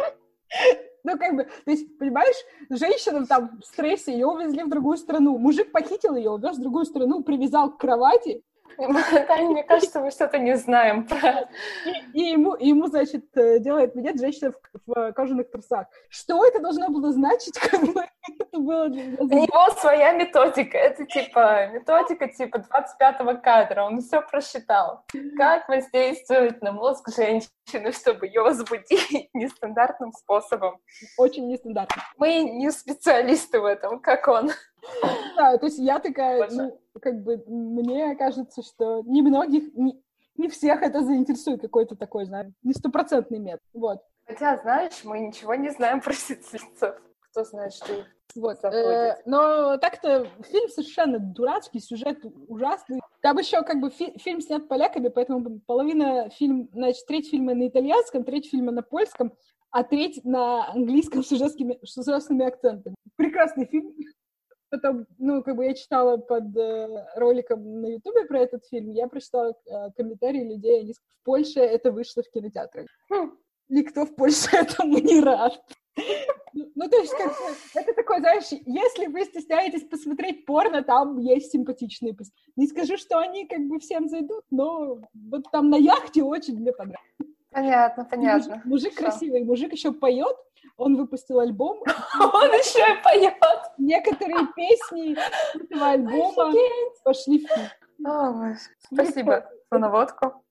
S3: Ну, как бы, то есть, понимаешь, женщина там в стрессе, ее увезли в другую страну. Мужик похитил ее, увез в другую страну, привязал к кровати.
S2: Таня, мне кажется, мы что-то не знаем про...
S3: И, и, ему, и ему, значит, делает минет женщина в, в кожаных трусах. Что это должно было значить? Как бы, это было для...
S2: У него своя методика. Это, типа, методика, типа, двадцать пятого кадра. Он все просчитал. Как воздействовать на мозг женщины, чтобы ее возбудить нестандартным способом.
S3: Очень нестандартно.
S2: Мы не специалисты в этом, как он.
S3: Да, то есть я такая, ну, как бы, мне кажется, что немногих, не, не всех это заинтересует какой-то такой, знаешь, не стопроцентный метод, вот.
S2: Хотя, знаешь, мы ничего не знаем про сицилийцев. Кто знает, что их
S3: вот. Э, но так-то фильм совершенно дурацкий, сюжет ужасный. Там еще как бы фи- фильм снят поляками, поэтому половина фильма, значит, треть фильма на итальянском, треть фильма на польском, а треть на английском с ужасными, с ужасными акцентами. Прекрасный фильм. Потом, ну, как бы я читала под э, роликом на Ютубе про этот фильм, я прочитала э, комментарии людей, они сказали, в Польше это вышло в кинотеатрах. Хм. Никто в Польше этому не рад. ну, ну, то есть, как бы, это такое, знаешь, если вы стесняетесь посмотреть порно, там есть симпатичные. Не скажу, что они как бы всем зайдут, но вот там на яхте очень мне понравилось.
S2: Понятно, понятно.
S3: Мужик, мужик красивый, мужик еще поет, он выпустил альбом.
S2: Он еще и поет.
S3: Некоторые песни этого альбома пошли в фильм.
S2: Спасибо за наводку.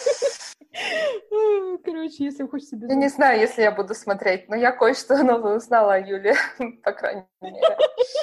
S3: Короче, если вы хотите...
S2: Я не знаю, если я буду смотреть, но я кое-что новое узнала о Юле, по крайней мере.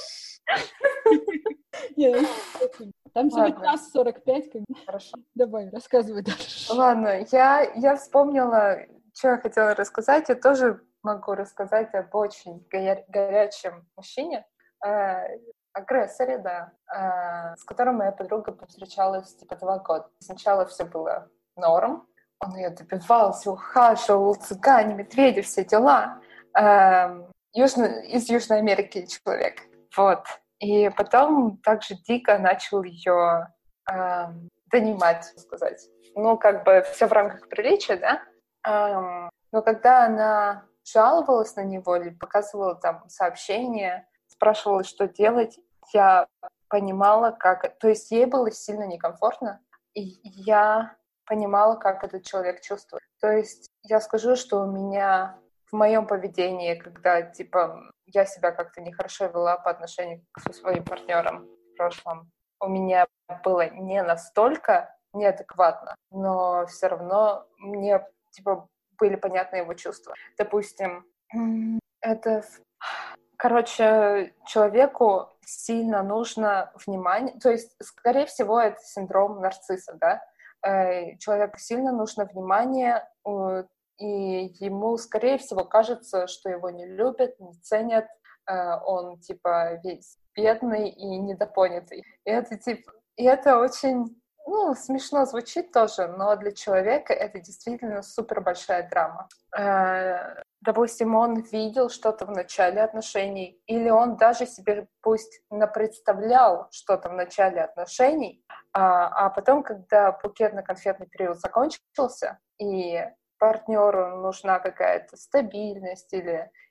S3: Там всего час сорок пять.
S2: Хорошо.
S3: Давай, рассказывай дальше.
S2: Ладно, я, я вспомнила, что я хотела рассказать. Я тоже могу рассказать об очень горя- горячем мужчине, э, агрессоре, да, э, с которым моя подруга повстречалась типа два года. Сначала все было норм, он ее добивался, ухаживал, цыгане, медведи, все дела. Э, южно, из Южной Америки человек, вот. И потом также дико начал ее э, донимать, сказать. Ну, как бы все в рамках приличия, да? Э, но когда она жаловалась на него или показывала там сообщения, спрашивала, что делать, я понимала, как... То есть ей было сильно некомфортно, и я понимала, как этот человек чувствует. То есть я скажу, что у меня в моем поведении, когда, типа, я себя как-то нехорошо вела по отношению к своим партнерам в прошлом, у меня было не настолько неадекватно, но все равно мне, типа, были понятны его чувства. Допустим, это... Короче, человеку сильно нужно внимание, то есть, скорее всего, это синдром нарцисса, да? Человеку сильно нужно внимание, и ему, скорее всего, кажется, что его не любят, не ценят, он, типа, весь бедный и недопонятый. И это, типа, и это очень, ну, смешно звучит тоже, но для человека это действительно супер большая драма. Допустим, он видел что-то в начале отношений, или он даже себе пусть напредставлял что-то в начале отношений, а, а потом, когда букетно-конфетный период закончился, и партнеру нужна какая-то стабильность или,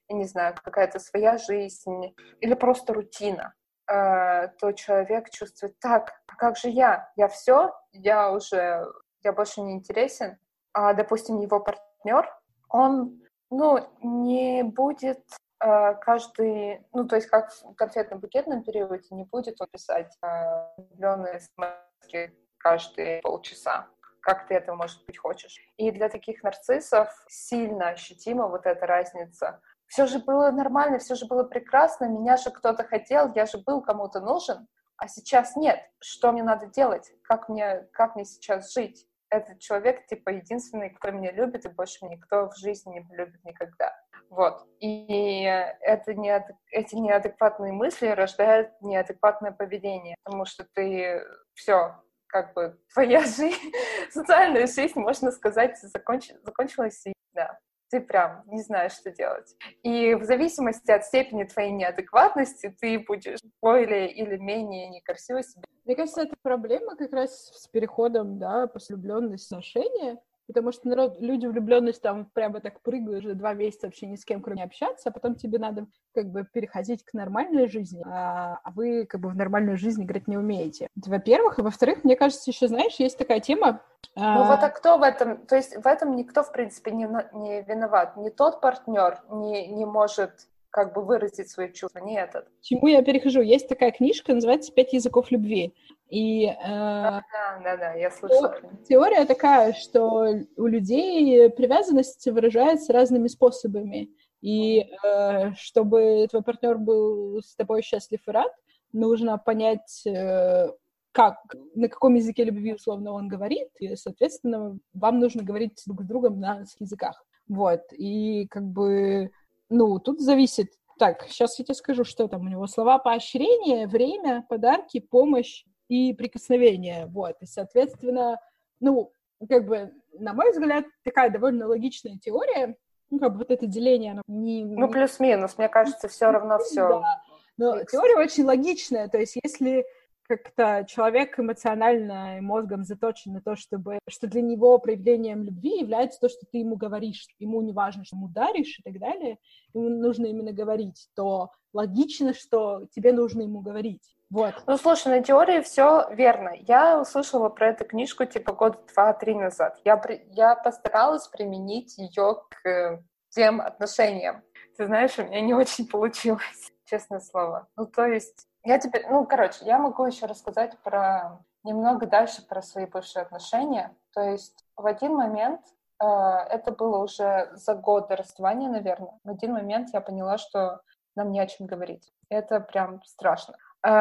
S2: я не знаю, какая-то своя жизнь или просто рутина, э, то человек чувствует, так, а как же я? Я все, я уже, я больше не интересен. А, допустим, его партнер, он, ну, не будет э, каждый, ну, то есть как в конфетно-букетном периоде не будет он писать э, влюбленные смс каждые полчаса, как ты это, может быть, хочешь. И для таких нарциссов сильно ощутима вот эта разница. Все же было нормально, все же было прекрасно, меня же кто-то хотел, я же был кому-то нужен, а сейчас нет. Что мне надо делать? Как мне, как мне сейчас жить? Этот человек, типа, единственный, кто меня любит, и больше меня никто в жизни не полюбит никогда. Вот. И это неад... эти неадекватные мысли рождают неадекватное поведение, потому что ты все, как бы, твоя жизнь, социальная жизнь, можно сказать, законч... закончилась, и да, ты прям не знаешь, что делать. И в зависимости от степени твоей неадекватности ты будешь более или менее некрасиво себя.
S3: Мне кажется, это проблема как раз с переходом, да, после влюбленности отношения, потому что народ, люди влюбленность там прямо так прыгают уже два месяца вообще ни с кем, кроме общаться, а потом тебе надо как бы переходить к нормальной жизни, а, а вы как бы в нормальную жизнь играть не умеете. Это, во-первых, и во-вторых, мне кажется, еще, знаешь, есть такая тема.
S2: Ну вот, а кто в этом, то есть в этом никто, в принципе, не, не виноват, ни тот партнер не, не может как бы выразить свои чувства, не этот.
S3: К чему я перехожу? Есть такая книжка, называется «Пять языков любви». И, э,
S2: да, да, да, я слышала.
S3: Теория такая, что у людей привязанность выражается разными способами. И э, чтобы твой партнер был с тобой счастлив и рад, нужно понять, э, как, на каком языке любви, условно, он говорит, и, соответственно, вам нужно говорить друг с другом на языках. Вот. И как бы... Ну, тут зависит. Так, сейчас я тебе скажу, что там у него. Слова поощрения, время, подарки, помощь и прикосновение. Вот. И, соответственно, ну, как бы, на мой взгляд, такая довольно логичная теория. Ну, как бы вот это деление, оно не...
S2: Ну, плюс-минус, мне кажется, все равно все.
S3: Да. Но теория очень логичная. То есть, если как-то человек эмоционально и мозгом заточен на то, чтобы, что для него проявлением любви является то, что ты ему говоришь, ему не важно, что ему даришь и так далее, ему нужно именно говорить, то логично, что тебе нужно ему говорить. Вот.
S2: Ну, слушай, на теории все верно. Я услышала про эту книжку типа года два-три назад. Я, при... я постаралась применить ее к тем отношениям. Ты знаешь, у меня не очень получилось, честное слово. Ну, то есть я теперь, ну, короче, я могу еще рассказать про немного дальше про свои бывшие отношения. То есть в один момент, э, это было уже за год до расставания, наверное, в один момент я поняла, что нам не о чем говорить. Это прям страшно.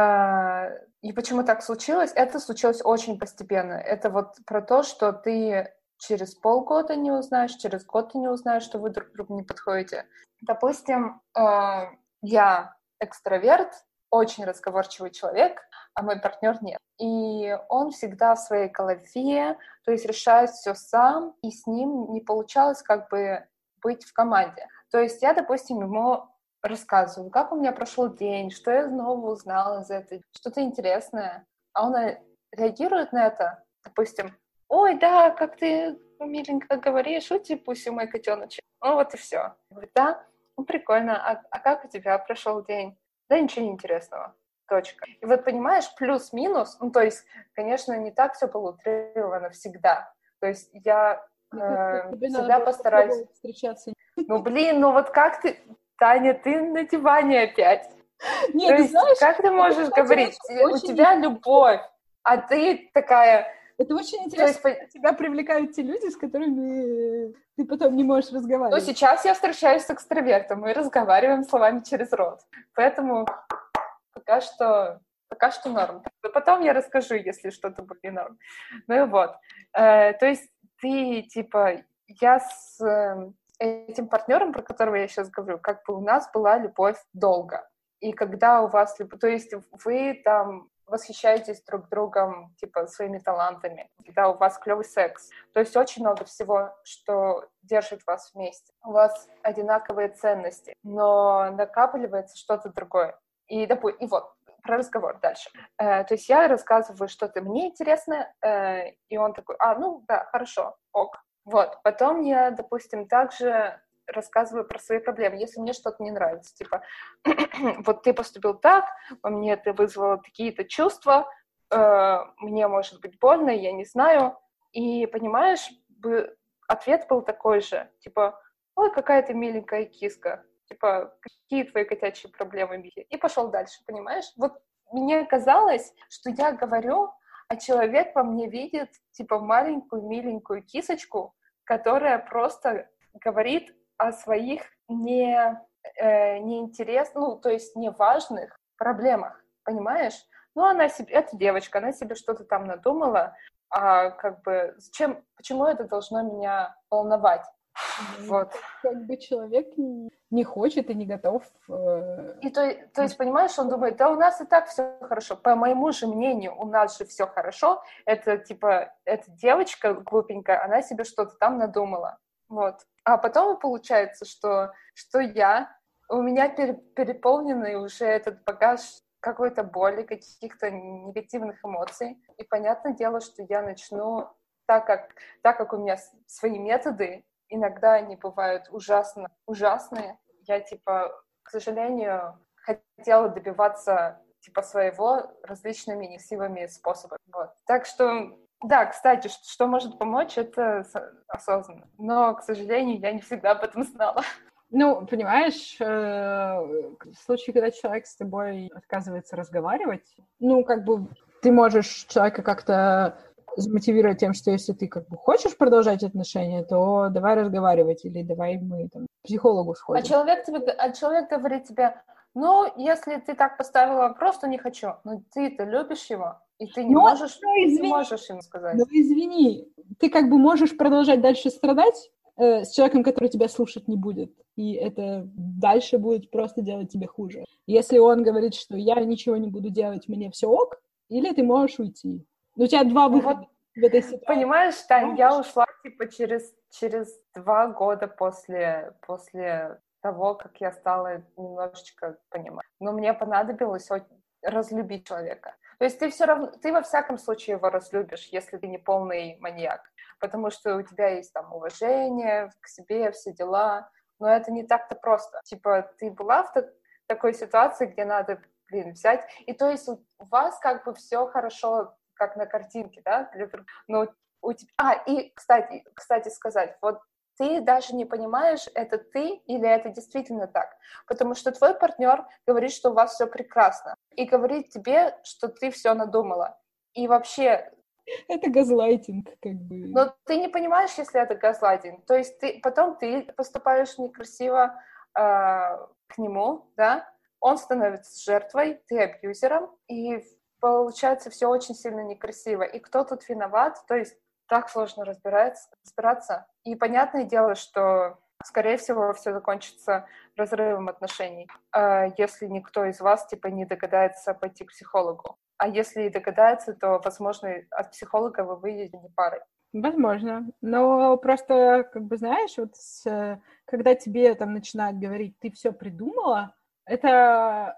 S2: Э, и почему так случилось? Это случилось очень постепенно. Это вот про то, что ты через полгода не узнаешь, через год ты не узнаешь, что вы друг другу не подходите. Допустим, э, я экстраверт, очень разговорчивый человек, а мой партнер нет. И он всегда в своей голове, то есть решает все сам, и с ним не получалось как бы быть в команде. То есть я, допустим, ему рассказываю, как у меня прошел день, что я нового узнала из этой, что-то интересное. А он реагирует на это, допустим, ой, да, как ты миленько говоришь, ути, пусть мой котеночек. Ну вот и все. Говорит, да, ну прикольно, а, а как у тебя прошел день? Да ничего интересного. Точка. И вот понимаешь, плюс-минус, ну то есть, конечно, не так все было утрировано всегда. То есть я э, всегда постараюсь...
S3: встречаться.
S2: Ну блин, ну вот как ты... Таня, ты на диване опять.
S3: Нет,
S2: то
S3: ты
S2: есть,
S3: знаешь,
S2: как ты можешь
S3: это,
S2: говорить?
S3: очень
S2: У тебя любовь, а ты такая...
S3: Это очень интересно, есть... тебя привлекают те люди, с которыми ты потом не можешь разговаривать.
S2: Ну, сейчас я встречаюсь с экстравертом, мы разговариваем словами через рот. Поэтому пока что, пока что норм. Но потом я расскажу, если что-то будет не норм. Ну и вот. Э, то есть ты, типа, я с э, этим партнером, про которого я сейчас говорю, как бы у нас была любовь долго. И когда у вас... То есть вы там... восхищаетесь друг другом, типа, своими талантами, когда у вас клевый секс. То есть очень много всего, что держит вас вместе. У вас одинаковые ценности, но накапливается что-то другое. И, допу- и вот, про разговор дальше. Э, то есть я рассказываю что-то мне интересно, э, и он такой, а, ну, да, хорошо, ок. Вот, потом я, допустим, также рассказываю про свои проблемы, если мне что-то не нравится. Типа, вот ты поступил так, во мне это вызвало такие-то чувства, э, мне может быть больно, я не знаю. И, понимаешь, бы, ответ был такой же. Типа, ой, какая ты миленькая киска. Типа, какие твои котячьи проблемы, Михи? И пошел дальше, понимаешь? Вот мне казалось, что я говорю, а человек во мне видит, типа, маленькую миленькую кисочку, которая просто говорит о своих не, э, неинтересных, ну, то есть неважных проблемах, понимаешь? Ну, она себе, это девочка, она себе что-то там надумала, а как бы зачем, почему это должно меня волновать? Вот.
S3: Как бы человек не хочет и не готов. Э...
S2: И то, то есть, понимаешь, он думает, да у нас и так все хорошо. По моему же мнению, у нас же все хорошо. Это типа, эта девочка глупенькая, она себе что-то там надумала. Вот. А потом получается, что, что я, у меня переполненный уже этот багаж какой-то боли, каких-то негативных эмоций. И понятное дело, что я начну, так как, так как у меня свои методы, иногда они бывают ужасно, ужасные. Я, типа, к сожалению, хотела добиваться, типа, своего различными некрасивыми способами. Вот. Так что, да, кстати, что, что может помочь, это осознанно. Но, к сожалению, я не всегда об этом знала.
S3: Ну, понимаешь, э, в случае, когда человек с тобой отказывается разговаривать, ну, как бы ты можешь человека как-то замотивировать тем, что если ты как бы хочешь продолжать отношения, то давай разговаривать, или давай мы там к психологу сходим.
S2: А человек, тебе, а человек говорит тебе, ну, если ты так поставила вопрос, то не хочу. Но ты-то любишь его, и ты не,
S3: ну,
S2: можешь,
S3: ну, извини,
S2: не можешь ему сказать.
S3: Ну, извини, ты как бы можешь продолжать дальше страдать э, с человеком, который тебя слушать не будет, и это дальше будет просто делать тебе хуже. Если он говорит, что я ничего не буду делать, мне все ок, или ты можешь уйти. У тебя два выхода
S2: вот,
S3: в этой ситуации.
S2: Понимаешь, Тань, я ушла типа через, через два года после, после того, как я стала немножечко понимать. Но мне понадобилось разлюбить человека. То есть ты все равно, ты во всяком случае его разлюбишь, если ты не полный маньяк. Потому что у тебя есть там уважение к себе, все дела. Но это не так-то просто. Типа ты была в так, такой ситуации, где надо, блин, взять. И то есть у, у вас как бы все хорошо, как на картинке, да? Но у тебя... А, и, кстати, кстати сказать, вот ты даже не понимаешь, это ты или это действительно так. Потому что твой партнер говорит, что у вас все прекрасно. И говорит тебе, что ты все надумала. И вообще...
S3: Это газлайтинг, как бы.
S2: Но ты не понимаешь, если это газлайтинг. То есть ты, потом ты поступаешь некрасиво э, к нему, да? Он становится жертвой, ты абьюзером, и получается все очень сильно некрасиво. И кто тут виноват? То есть так сложно разбираться, разбираться. И понятное дело, что, скорее всего, все закончится разрывом отношений, если никто из вас, типа, не догадается пойти к психологу. А если и догадается, то, возможно, от психолога вы выйдете не парой.
S3: Возможно. Но просто, как бы, знаешь, вот с, когда тебе там начинают говорить, ты все придумала, это,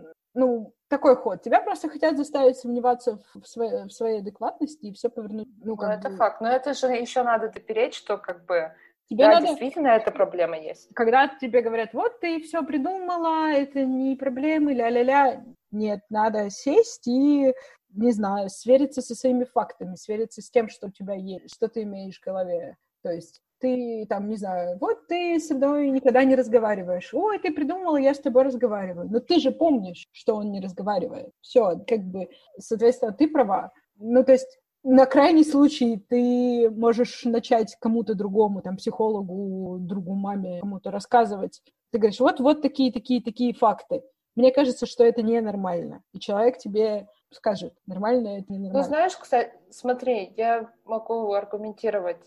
S3: ну, такой ход. Тебя просто хотят заставить сомневаться в своей, в своей адекватности и все повернуть. Ну, как
S2: ну это
S3: бы...
S2: факт. Но это же еще надо допереть, что как бы
S3: тебе
S2: да,
S3: надо...
S2: действительно эта проблема есть.
S3: Когда тебе говорят, вот ты все придумала, это не проблемы, ля-ля-ля. Нет, надо сесть и, не знаю, свериться со своими фактами, свериться с тем, что у тебя есть, что ты имеешь в голове. То есть ты там, не знаю, вот ты со мной никогда не разговариваешь. Ой, ты придумала, я с тобой разговариваю. Но ты же помнишь, что он не разговаривает. Все, как бы, соответственно, ты права. Ну, то есть на крайний случай ты можешь начать кому-то другому, там, психологу, другу, маме, кому-то рассказывать. Ты говоришь, вот, вот такие, такие, такие факты. Мне кажется, что это ненормально. И человек тебе скажет, нормально это ненормально.
S2: Ну, знаешь, кстати, смотри, я могу аргументировать.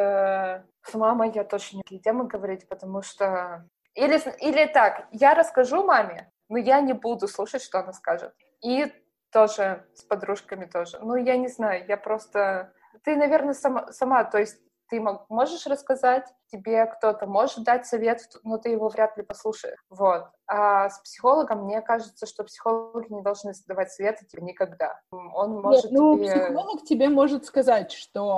S2: С мамой я точно не этой темы говорить, потому что... Или, или так, я расскажу маме, но я не буду слушать, что она скажет. И тоже с подружками тоже. Ну, я не знаю, я просто... Ты, наверное, сама, сама то есть ты можешь рассказать, тебе кто-то может дать совет, но ты его вряд ли послушаешь. Вот. А с психологом, мне кажется, что психологи не должны давать советы тебе никогда. Он может
S3: Нет, ну,
S2: тебе...
S3: психолог тебе может сказать, что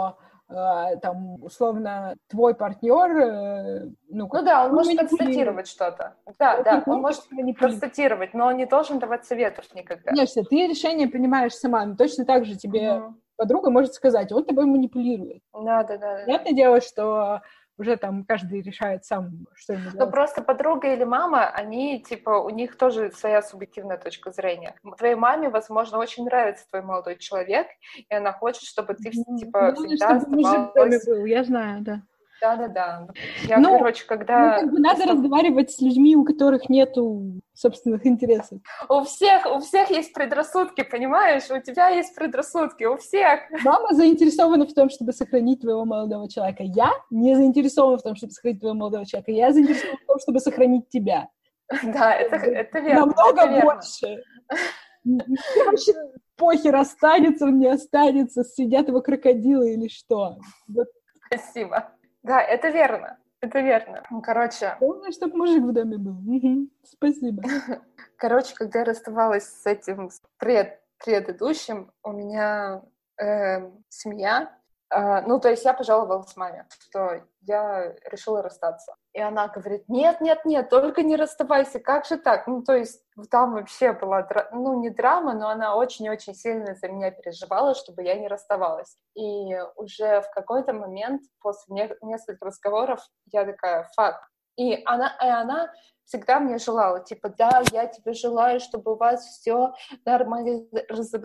S3: э, там, условно, твой партнер... Э,
S2: ну, ну да, он может констатировать что-то. Да, твой да, он может констатировать, но он не должен давать советов никогда.
S3: Конечно, ты решение принимаешь сама, но точно так же тебе угу. подруга может сказать, он тобой манипулирует.
S2: Да, да, да.
S3: Понятное да. дело, что уже там каждый решает сам, что ему делать.
S2: Но просто подруга или мама, они, типа, у них тоже своя субъективная точка зрения. Твоей маме, возможно, очень нравится твой молодой человек, и она хочет, чтобы ты, типа,
S3: да,
S2: всегда
S3: чтобы
S2: оставалась...
S3: был, я знаю, да.
S2: Да-да-да. Я,
S3: ну,
S2: короче, когда...
S3: Ну, как бы надо Просто... разговаривать с людьми, у которых нету собственных интересов.
S2: У всех, у всех есть предрассудки, понимаешь? У тебя есть предрассудки, у всех.
S3: Мама заинтересована в том, чтобы сохранить твоего молодого человека. Я не заинтересована в том, чтобы сохранить твоего молодого человека. Я заинтересована в том, чтобы сохранить тебя.
S2: Да, это, это верно.
S3: Намного
S2: это верно.
S3: больше. Вообще похер, останется он, не останется, съедят его крокодилы или что.
S2: Спасибо. Да, это верно, это верно. Короче...
S3: Главное, чтобы мужик в доме был. Угу. Спасибо.
S2: Короче, когда я расставалась с этим пред, предыдущим, у меня э, семья... Э, ну, то есть я пожаловалась маме, что я решила расстаться. И она говорит, нет, нет, нет, только не расставайся, как же так? Ну, то есть там вообще была, ну, не драма, но она очень-очень сильно за меня переживала, чтобы я не расставалась. И уже в какой-то момент, после не- нескольких разговоров, я такая, фак. И она, и она всегда мне желала, типа, да, я тебе желаю, чтобы у вас все нормализовалось.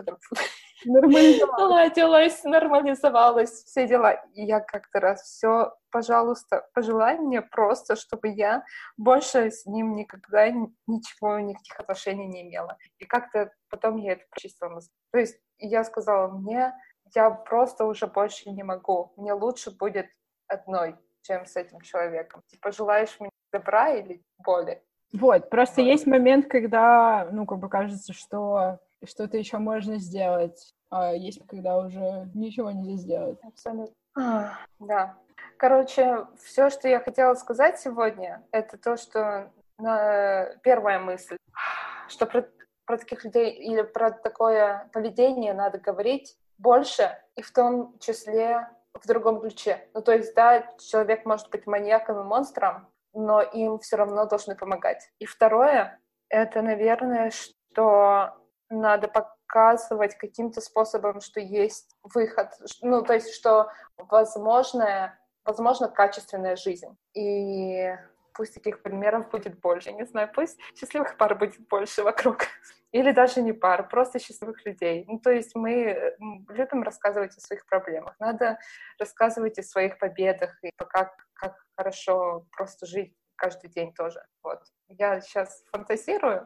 S2: Наладилось, нормализовалось, все дела. И я как-то раз все, пожалуйста, пожелай мне просто, чтобы я больше с ним никогда ничего, никаких отношений не имела. И как-то потом я это прочистила. То есть я сказала, мне, я просто уже больше не могу. Мне лучше будет одной, чем с этим человеком. Типа, желаешь мне добра или боли?
S3: Вот, просто вот. Есть момент, когда, ну, как бы кажется, что что-то еще можно сделать, а есть, когда уже ничего нельзя сделать.
S2: Абсолютно. А, да. Короче, все, что я хотела сказать сегодня, это то, что на... первая мысль, что про, про таких людей или про такое поведение надо говорить больше, и в том числе в другом ключе. Ну, то есть, да, человек может быть маньяком и монстром, но им все равно должны помогать. И второе, это, наверное, что надо показывать каким-то способом, что есть выход, ну, то есть, что возможно, возможно качественная жизнь. И пусть таких примеров будет больше, не знаю, пусть счастливых пар будет больше вокруг. Или даже не пар, просто счастливых людей. Ну, то есть мы любим рассказывать о своих проблемах. Надо рассказывать о своих победах и как, как хорошо просто жить каждый день тоже. Вот. Я сейчас фантазирую,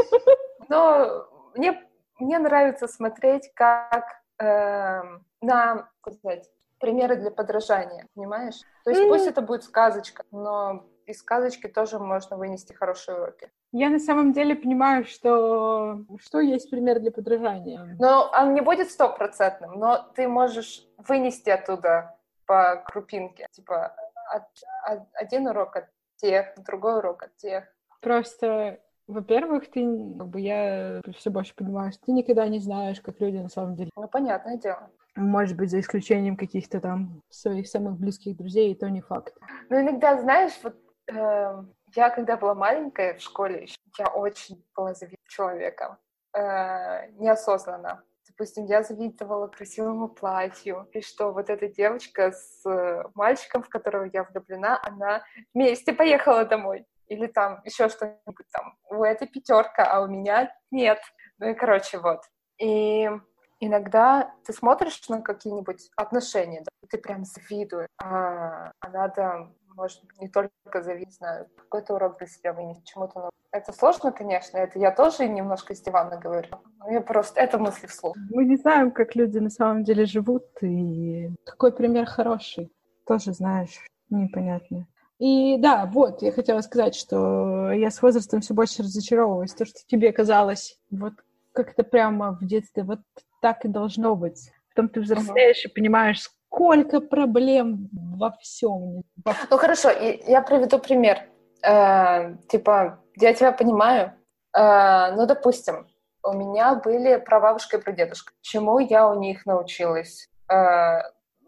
S2: но мне, мне нравится смотреть, как э, на, как сказать, примеры для подражания, понимаешь? То есть пусть это будет сказочка, но из сказочки тоже можно вынести хорошие уроки.
S3: Я на самом деле понимаю, что, что есть пример для подражания.
S2: Но он не будет стопроцентным, но ты можешь вынести оттуда по крупинке. Типа от, от, один урок от тех, другой урок от тех.
S3: Просто, во-первых, ты, как бы я все больше понимаю, что ты никогда не знаешь, как люди на самом деле.
S2: Ну, понятное дело.
S3: Может быть, за исключением каких-то там своих самых близких друзей, и то не факт.
S2: Ну, иногда, знаешь, вот э, я, когда была маленькая в школе, я очень была завидна человеком. Э, неосознанно. Допустим, я завидовала красивому платью, и что вот эта девочка с мальчиком, в которого я влюблена, она вместе поехала домой. Или там еще что-нибудь там. У этой пятерка, а у меня нет. Ну и, короче, вот. И иногда ты смотришь на какие-нибудь отношения, да, и ты прям завидуешь. А, а надо, может, не только завидеть, знаю, какой-то урок для себя вынести, чему-то новому. Это сложно, конечно, это я тоже немножко из дивана говорю. Я просто, это мысли вслух.
S3: Мы не знаем, как люди на самом деле живут, и какой пример хороший. Тоже, знаешь, непонятно. И да, вот, я хотела сказать, что я с возрастом все больше разочаровываюсь. То, что тебе казалось вот как-то прямо в детстве вот так и должно быть. Потом ты взрослеешь uh-huh. и понимаешь, сколько проблем во всем.
S2: Ну хорошо, я приведу пример. Э, типа, я тебя понимаю. Э, ну, допустим, у меня были прабабушка и прадедушка. Чему я у них научилась? Э,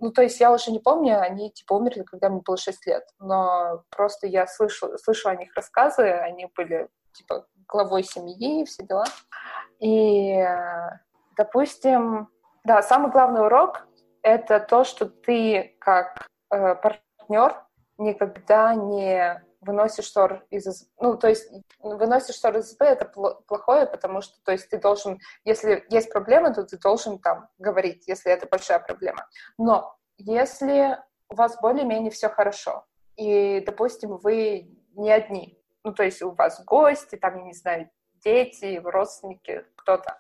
S2: ну, то есть я уже не помню, они, типа, умерли, когда мне было шесть лет, но просто я слышу, слышу о них рассказы, они были, типа, главой семьи и все дела. И, допустим, да, самый главный урок — это то, что ты как э, партнер никогда не выносишь ссор из... Ну, то есть выносишь ссор из избы — это плохое, потому что, то есть ты должен... Если есть проблема, то ты должен там говорить, если это большая проблема. Но если у вас более-менее все хорошо, и, допустим, вы не одни, ну, то есть у вас гости, там, я не знаю, дети, родственники, кто-то,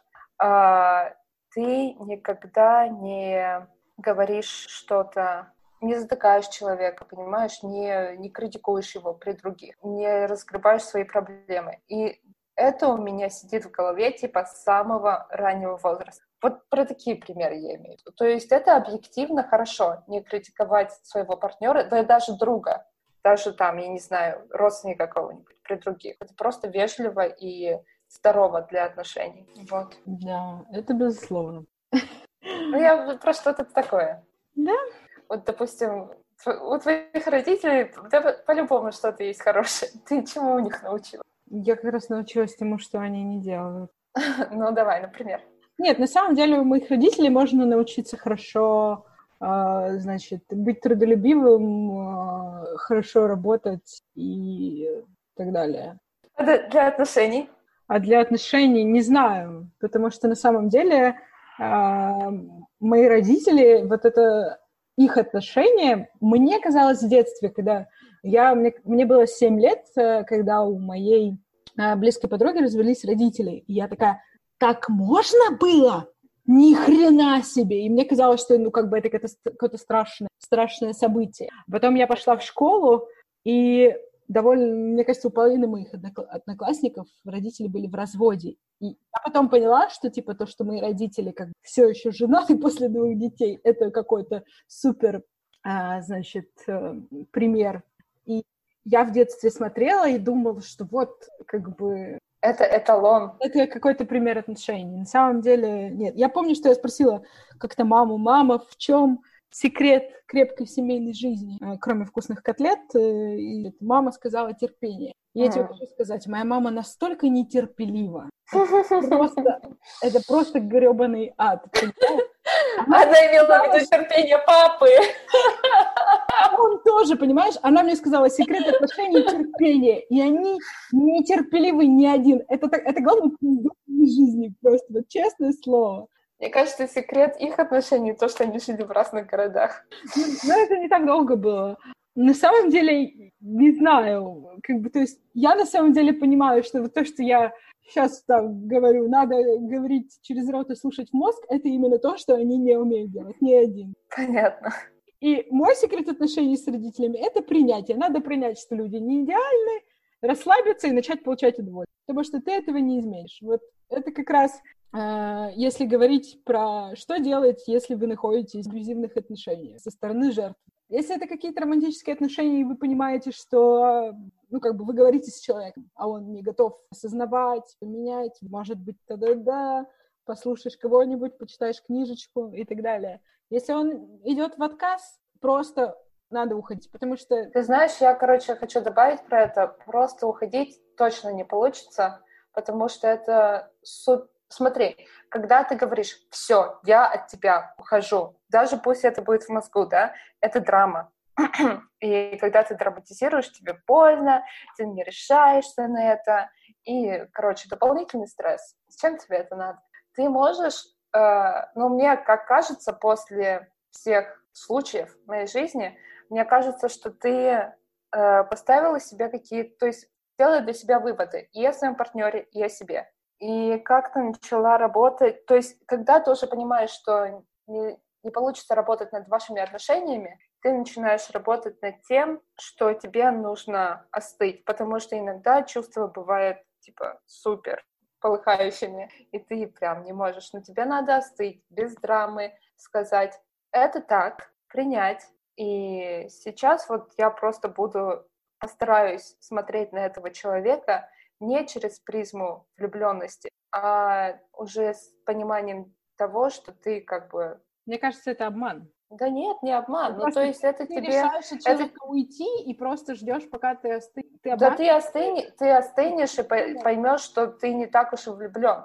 S2: э, ты никогда не говоришь что-то, не затыкаешь человека, понимаешь, не, не критикуешь его при других, не разгребаешь свои проблемы. И это у меня сидит в голове типа с самого раннего возраста. Вот про такие примеры я имею в виду. То есть это объективно хорошо, не критиковать своего партнера, да и даже друга, даже там, я не знаю, родственника какого-нибудь при других. Это просто вежливо и здорово для отношений. Вот.
S3: Да, это безусловно.
S2: Ну, я про что-то такое.
S3: Да.
S2: Вот, допустим, у твоих родителей да, по-любому что-то есть хорошее. Ты чему у них научилась?
S3: Я как раз научилась тому, что они не делают.
S2: Ну, давай, например.
S3: Нет, на самом деле у моих родителей можно научиться хорошо, э, значит, быть трудолюбивым, э, хорошо работать и так далее.
S2: А для отношений?
S3: А для отношений не знаю, потому что на самом деле э, мои родители, вот это их отношения, мне казалось в детстве, когда я, мне, мне было семь лет, когда у моей э, близкой подруги развелись родители, и я такая, так можно было? Ни хрена себе! И мне казалось, что, ну, как бы это какое-то, какое-то страшное, страшное событие. Потом я пошла в школу, и довольно, мне кажется, у половины моих одноклассников родители были в разводе. И я потом поняла, что, типа, то, что мои родители как бы все еще женаты после двух детей, это какой-то супер, а, значит, пример. И я в детстве смотрела и думала, что вот, как бы...
S2: Это эталон.
S3: Это какой-то пример отношений. На самом деле, нет. Я помню, что я спросила как-то маму, мама, в чем секрет крепкой семейной жизни, кроме вкусных котлет? И мама сказала терпение. И я тебе хочу сказать, моя мама настолько нетерпелива. Это просто, это просто гребаный ад.
S2: Она, Она имела в виду терпение папы.
S3: Он тоже, понимаешь? Она мне сказала, секрет отношений — терпение. И они нетерпеливы ни один. Это, это главное в жизни просто, вот, честное слово.
S2: Мне кажется, секрет их отношений — то, что они жили в разных городах.
S3: Но это не так долго было. На самом деле, не знаю, как бы, то есть я на самом деле понимаю, что вот то, что я сейчас там говорю, надо говорить через рот и слушать в мозг, это именно то, что они не умеют делать, ни один.
S2: Понятно.
S3: И мой секрет отношений с родителями — это принятие. Надо принять, что люди не идеальны, расслабиться и начать получать удовольствие. Потому что ты этого не изменишь. Вот это как раз, э, если говорить про что делать, если вы находитесь в абьюзивных отношениях со стороны жертвы. Если это какие-то романтические отношения, и вы понимаете, что, ну, как бы вы говорите с человеком, а он не готов осознавать, поменять, может быть, да-да-да, послушаешь кого-нибудь, почитаешь книжечку и так далее. Если он идет в отказ, просто надо уходить, потому что...
S2: Ты знаешь, я, короче, хочу добавить про это. Просто уходить точно не получится, потому что это... Суп... Смотри, когда ты говоришь, все, я от тебя ухожу, даже пусть это будет в мозгу, да, это драма. И когда ты драматизируешь, тебе больно, ты не решаешься на это. И, короче, дополнительный стресс. Зачем тебе это надо? Ты можешь... Э, ну, мне, как кажется, после всех случаев в моей жизни, мне кажется, что ты э, поставила себе какие-то... То есть сделала для себя выводы и о своем партнере, и о себе. И как-то начала работать... То есть когда ты уже понимаешь, что не, не получится работать над вашими отношениями, ты начинаешь работать над тем, что тебе нужно остыть. Потому что иногда чувства бывают, типа, супер полыхающими, и ты прям не можешь. Но тебе надо остыть, без драмы, сказать, это так, принять. И сейчас вот я просто буду, постараюсь смотреть на этого человека не через призму влюбленности, а уже с пониманием того, что ты как бы...
S3: Мне кажется, это обман.
S2: Да нет, не обман.
S3: Ну,
S2: ну, то есть это
S3: ты
S2: тебе...
S3: решаешь от
S2: это...
S3: человека уйти и просто ждешь, пока ты остынешь. Ты
S2: да ты, остынь... ты остынешь и поймешь, что ты не так уж и влюблен.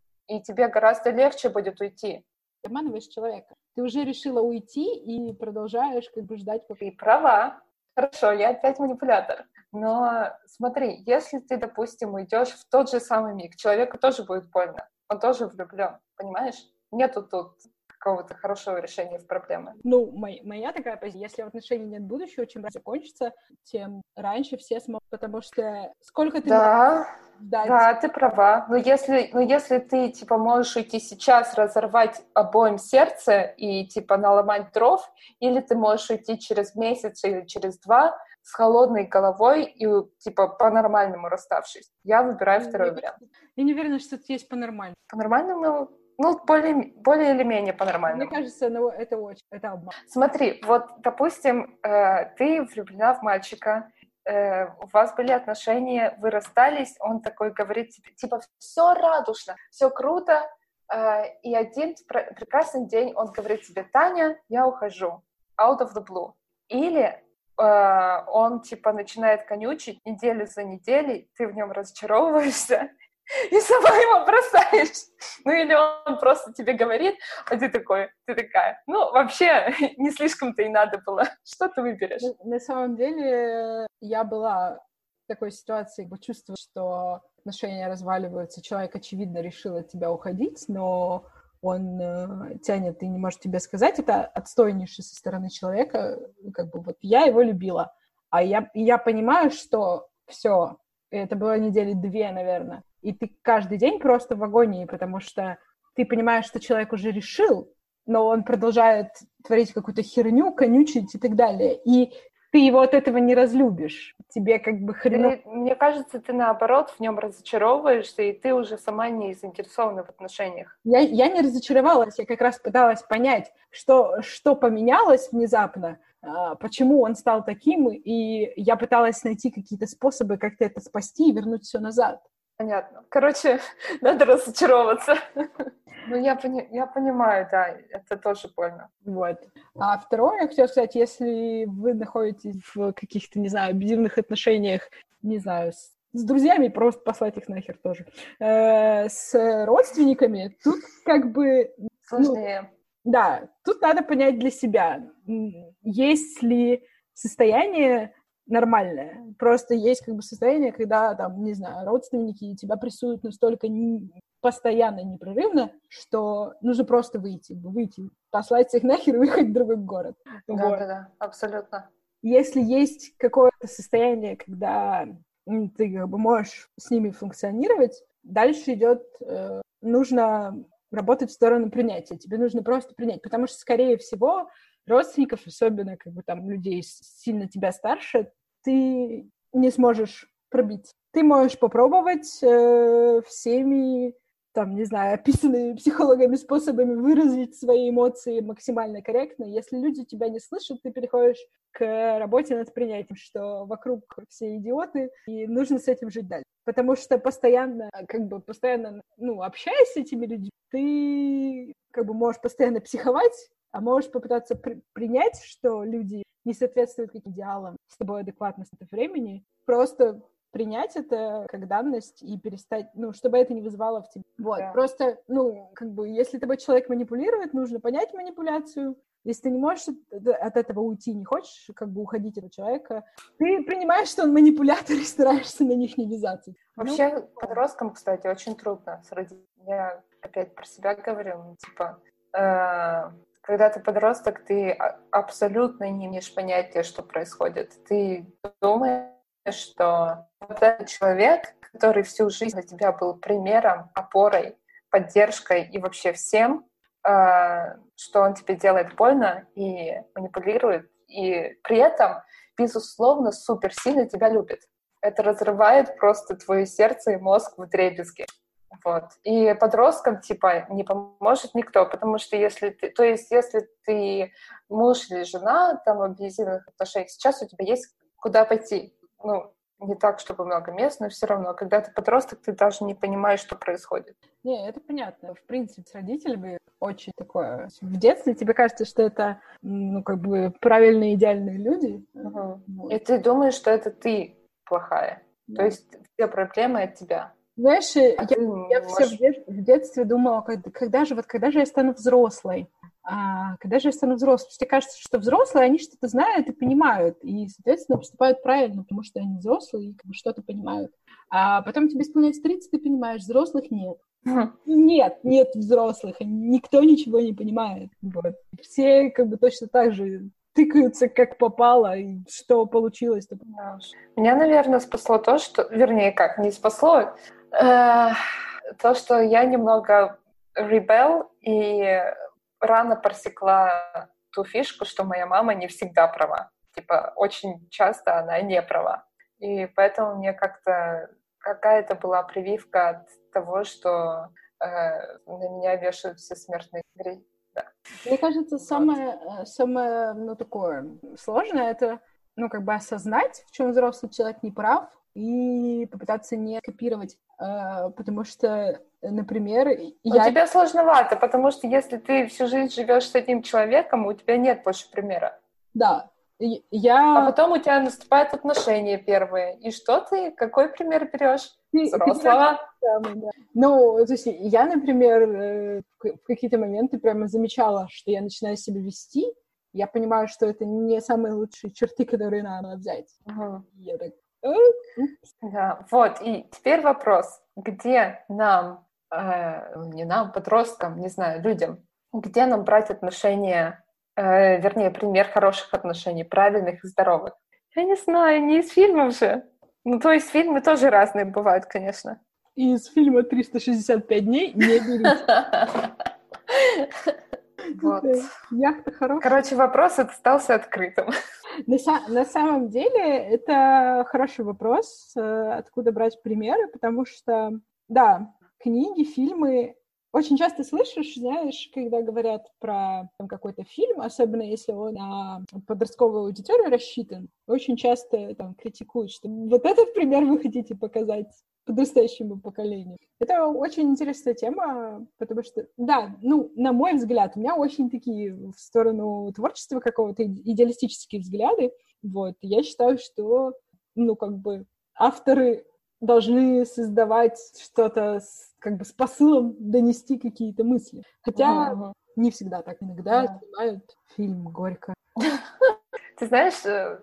S2: И тебе гораздо легче будет уйти.
S3: Ты обманываешь человека. Ты уже решила уйти и продолжаешь как бы ждать, пока...
S2: Ты права. Хорошо, я опять манипулятор. Но смотри, если ты, допустим, уйдешь в тот же самый миг, человеку тоже будет больно. Он тоже влюблен, понимаешь? Нету тут какого-то хорошего решения в проблемы.
S3: Ну, моя, моя такая позиция, если в отношении нет будущего, чем раньше закончится, тем раньше все смогут, потому что сколько ты
S2: да,
S3: можешь ждать...
S2: Да, ты права. Но если, но если ты, типа, можешь уйти сейчас, разорвать обоим сердце и, типа, наломать дров, или ты можешь уйти через месяц или через два с холодной головой и, типа, по-нормальному расставшись. Я выбираю второй вариант.
S3: Я не уверена, что тут есть по-нормальному.
S2: По-нормальному? Ну, более, более или менее по-нормальному.
S3: Мне кажется, ну, это очень, это обман.
S2: Смотри, вот, допустим, э, ты влюблена в мальчика, э, у вас были отношения, вы расстались, он такой говорит тебе, типа, все радужно, все круто, э, и один пр- прекрасный день он говорит тебе, Таня, я ухожу, out of the blue. Или э, он, типа, начинает конючить неделю за неделей, ты в нем разочаровываешься, и сама его бросаешь. Ну, или он просто тебе говорит, а ты такой, ты такая, ну, вообще, не слишком-то и надо было. Что ты выберешь?
S3: На, на самом деле, я была в такой ситуации, как бы чувствую, что отношения разваливаются, человек, очевидно, решил от тебя уходить, но он э, тянет и не может тебе сказать, это отстойнейшее со стороны человека, как бы вот я его любила, а я, я понимаю, что все, это было недели две, наверное, и ты каждый день просто в агонии, потому что ты понимаешь, что человек уже решил, но он продолжает творить какую-то херню, конючить и так далее. И ты его от этого не разлюбишь. Тебе как бы хреново...
S2: Ты, мне кажется, ты наоборот в нем разочаровываешься, и ты уже сама не заинтересована в отношениях.
S3: Я, я не разочаровалась, я как раз пыталась понять, что, что поменялось внезапно, почему он стал таким, и я пыталась найти какие-то способы как-то это спасти и вернуть все назад.
S2: Понятно. Короче, надо разочаровываться. Ну, я, пони- я понимаю, да, это тоже больно.
S3: Вот. А второе, я хотела сказать, если вы находитесь в каких-то, не знаю, абьюзивных отношениях, не знаю, с, с друзьями, просто послать их нахер тоже, э, с родственниками, тут как бы...
S2: Сложнее.
S3: Ну, да, тут надо понять для себя, есть ли состояние нормальное. Просто есть как бы состояние, когда, там, не знаю, родственники тебя прессуют настолько не, постоянно, непрерывно, что нужно просто выйти, выйти, послать их нахер и выехать в другой город.
S2: Да-да-да, вот. Абсолютно.
S3: Если есть какое-то состояние, когда ты как бы можешь с ними функционировать, дальше идет, э, нужно работать в сторону принятия. Тебе нужно просто принять, потому что, скорее всего, родственников, особенно как бы там людей сильно тебя старше, ты не сможешь пробить. Ты можешь попробовать э, всеми, там, не знаю, описанными психологами способами выразить свои эмоции максимально корректно. Если люди тебя не слышат, ты переходишь к работе над принятием, что вокруг все идиоты, и нужно с этим жить дальше. Потому что постоянно, как бы, постоянно, ну, общаясь с этими людьми, ты, как бы, можешь постоянно психовать, а можешь попытаться при- принять, что люди не соответствуют каким идеалам с тобой адекватно с этого времени, просто принять это как данность и перестать, ну, чтобы это не вызывало в тебе. Вот,
S2: Да.
S3: просто, ну, как бы, если тобой человек манипулирует, нужно понять манипуляцию. Если ты не можешь от этого уйти, не хочешь, как бы, уходить от человека, ты принимаешь, что он манипулятор, и стараешься на них не вязаться.
S2: Вообще,
S3: ну,
S2: подросткам, кстати, очень трудно с родителями. Я опять про себя говорю, ну, типа, э- когда ты подросток, ты абсолютно не имеешь понятия, что происходит. Ты думаешь, что вот этот человек, который всю жизнь для тебя был примером, опорой, поддержкой и вообще всем, э, что он тебе делает больно и манипулирует, и при этом, безусловно, супер сильно тебя любит. Это разрывает просто твое сердце и мозг вдребезги. Вот. И подросткам, типа, не поможет никто, потому что если ты, то есть, если ты муж или жена, там, в абьюзивных отношениях, сейчас у тебя есть куда пойти. Ну, не так, чтобы много мест, но все равно, когда ты подросток, ты даже не понимаешь, что происходит.
S3: Не, это понятно. В принципе, с родителями очень такое. В детстве тебе кажется, что это, ну, как бы правильные, идеальные люди.
S2: Угу.
S3: Вот.
S2: И ты думаешь, что это ты плохая.
S3: Да.
S2: То есть все проблемы от тебя.
S3: Знаешь,
S2: А
S3: я,
S2: ты
S3: я
S2: можешь...
S3: все в, дет- в детстве думала, когда, когда же, вот когда же я стану взрослой? А, когда же я стану взрослой? Потому что мне кажется, что взрослые, они что-то знают и понимают, и, соответственно, поступают правильно, потому что они взрослые и как бы что-то понимают. А потом тебе исполняется тридцать, ты понимаешь, взрослых нет. Нет, нет взрослых, никто ничего не понимает. Вот. Все как бы точно так же тыкаются, как попало, и что получилось. То...
S2: Да. Меня, наверное, спасло то, что... Вернее, как, не спасло. Э, то, что я немного ребел и рано просекла ту фишку, что моя мама не всегда права. Типа, очень часто она не права. И поэтому мне как-то какая-то была прививка от того, что э, на меня вешают все смертные грехи. Да.
S3: Мне кажется,
S2: Вот.
S3: самое, самое, ну, такое сложное, это, ну, как бы осознать, в чем взрослый человек не прав, и попытаться не копировать, э, потому что, например, я...
S2: У тебя сложновато, потому что если ты всю жизнь живешь с одним человеком, у тебя нет больше примера.
S3: Да. Я...
S2: А потом у тебя наступают отношения первые. И что ты? Какой пример берешь?
S3: Ты,
S2: Взрослого?
S3: ты самый, да. Ну, то есть я, например, в какие-то моменты прямо замечала, что я начинаю себя вести, я понимаю, что это не самые лучшие черты, которые надо взять.
S2: Угу.
S3: Я так...
S2: Да, вот, и теперь вопрос. Где нам, э, не нам, подросткам, не знаю, людям, где нам брать отношения, э, вернее, пример хороших отношений, правильных и здоровых? Я не знаю, не из фильмов же. Ну, то есть фильмы тоже разные бывают, конечно.
S3: Из фильма «триста шестьдесят пять дней» не берите.
S2: Вот.
S3: Яхта хорошая.
S2: Короче, вопрос остался открытым.
S3: На, на самом деле, это хороший вопрос, откуда брать примеры, потому что, да, книги, фильмы... Очень часто слышишь, знаешь, когда говорят про там, какой-то фильм, особенно если он на подростковую аудиторию рассчитан, очень часто там критикуют, что вот этот пример вы хотите показать подрастающему поколению. Это очень интересная тема, потому что, да, ну, на мой взгляд, у меня очень такие в сторону творчества какого-то идеалистические взгляды. Вот, я считаю, что, ну, как бы авторы должны создавать что-то с, как бы с посылом донести какие-то мысли. Хотя uh-huh. не всегда так. Иногда yeah. снимают фильм горько.
S2: Ты знаешь,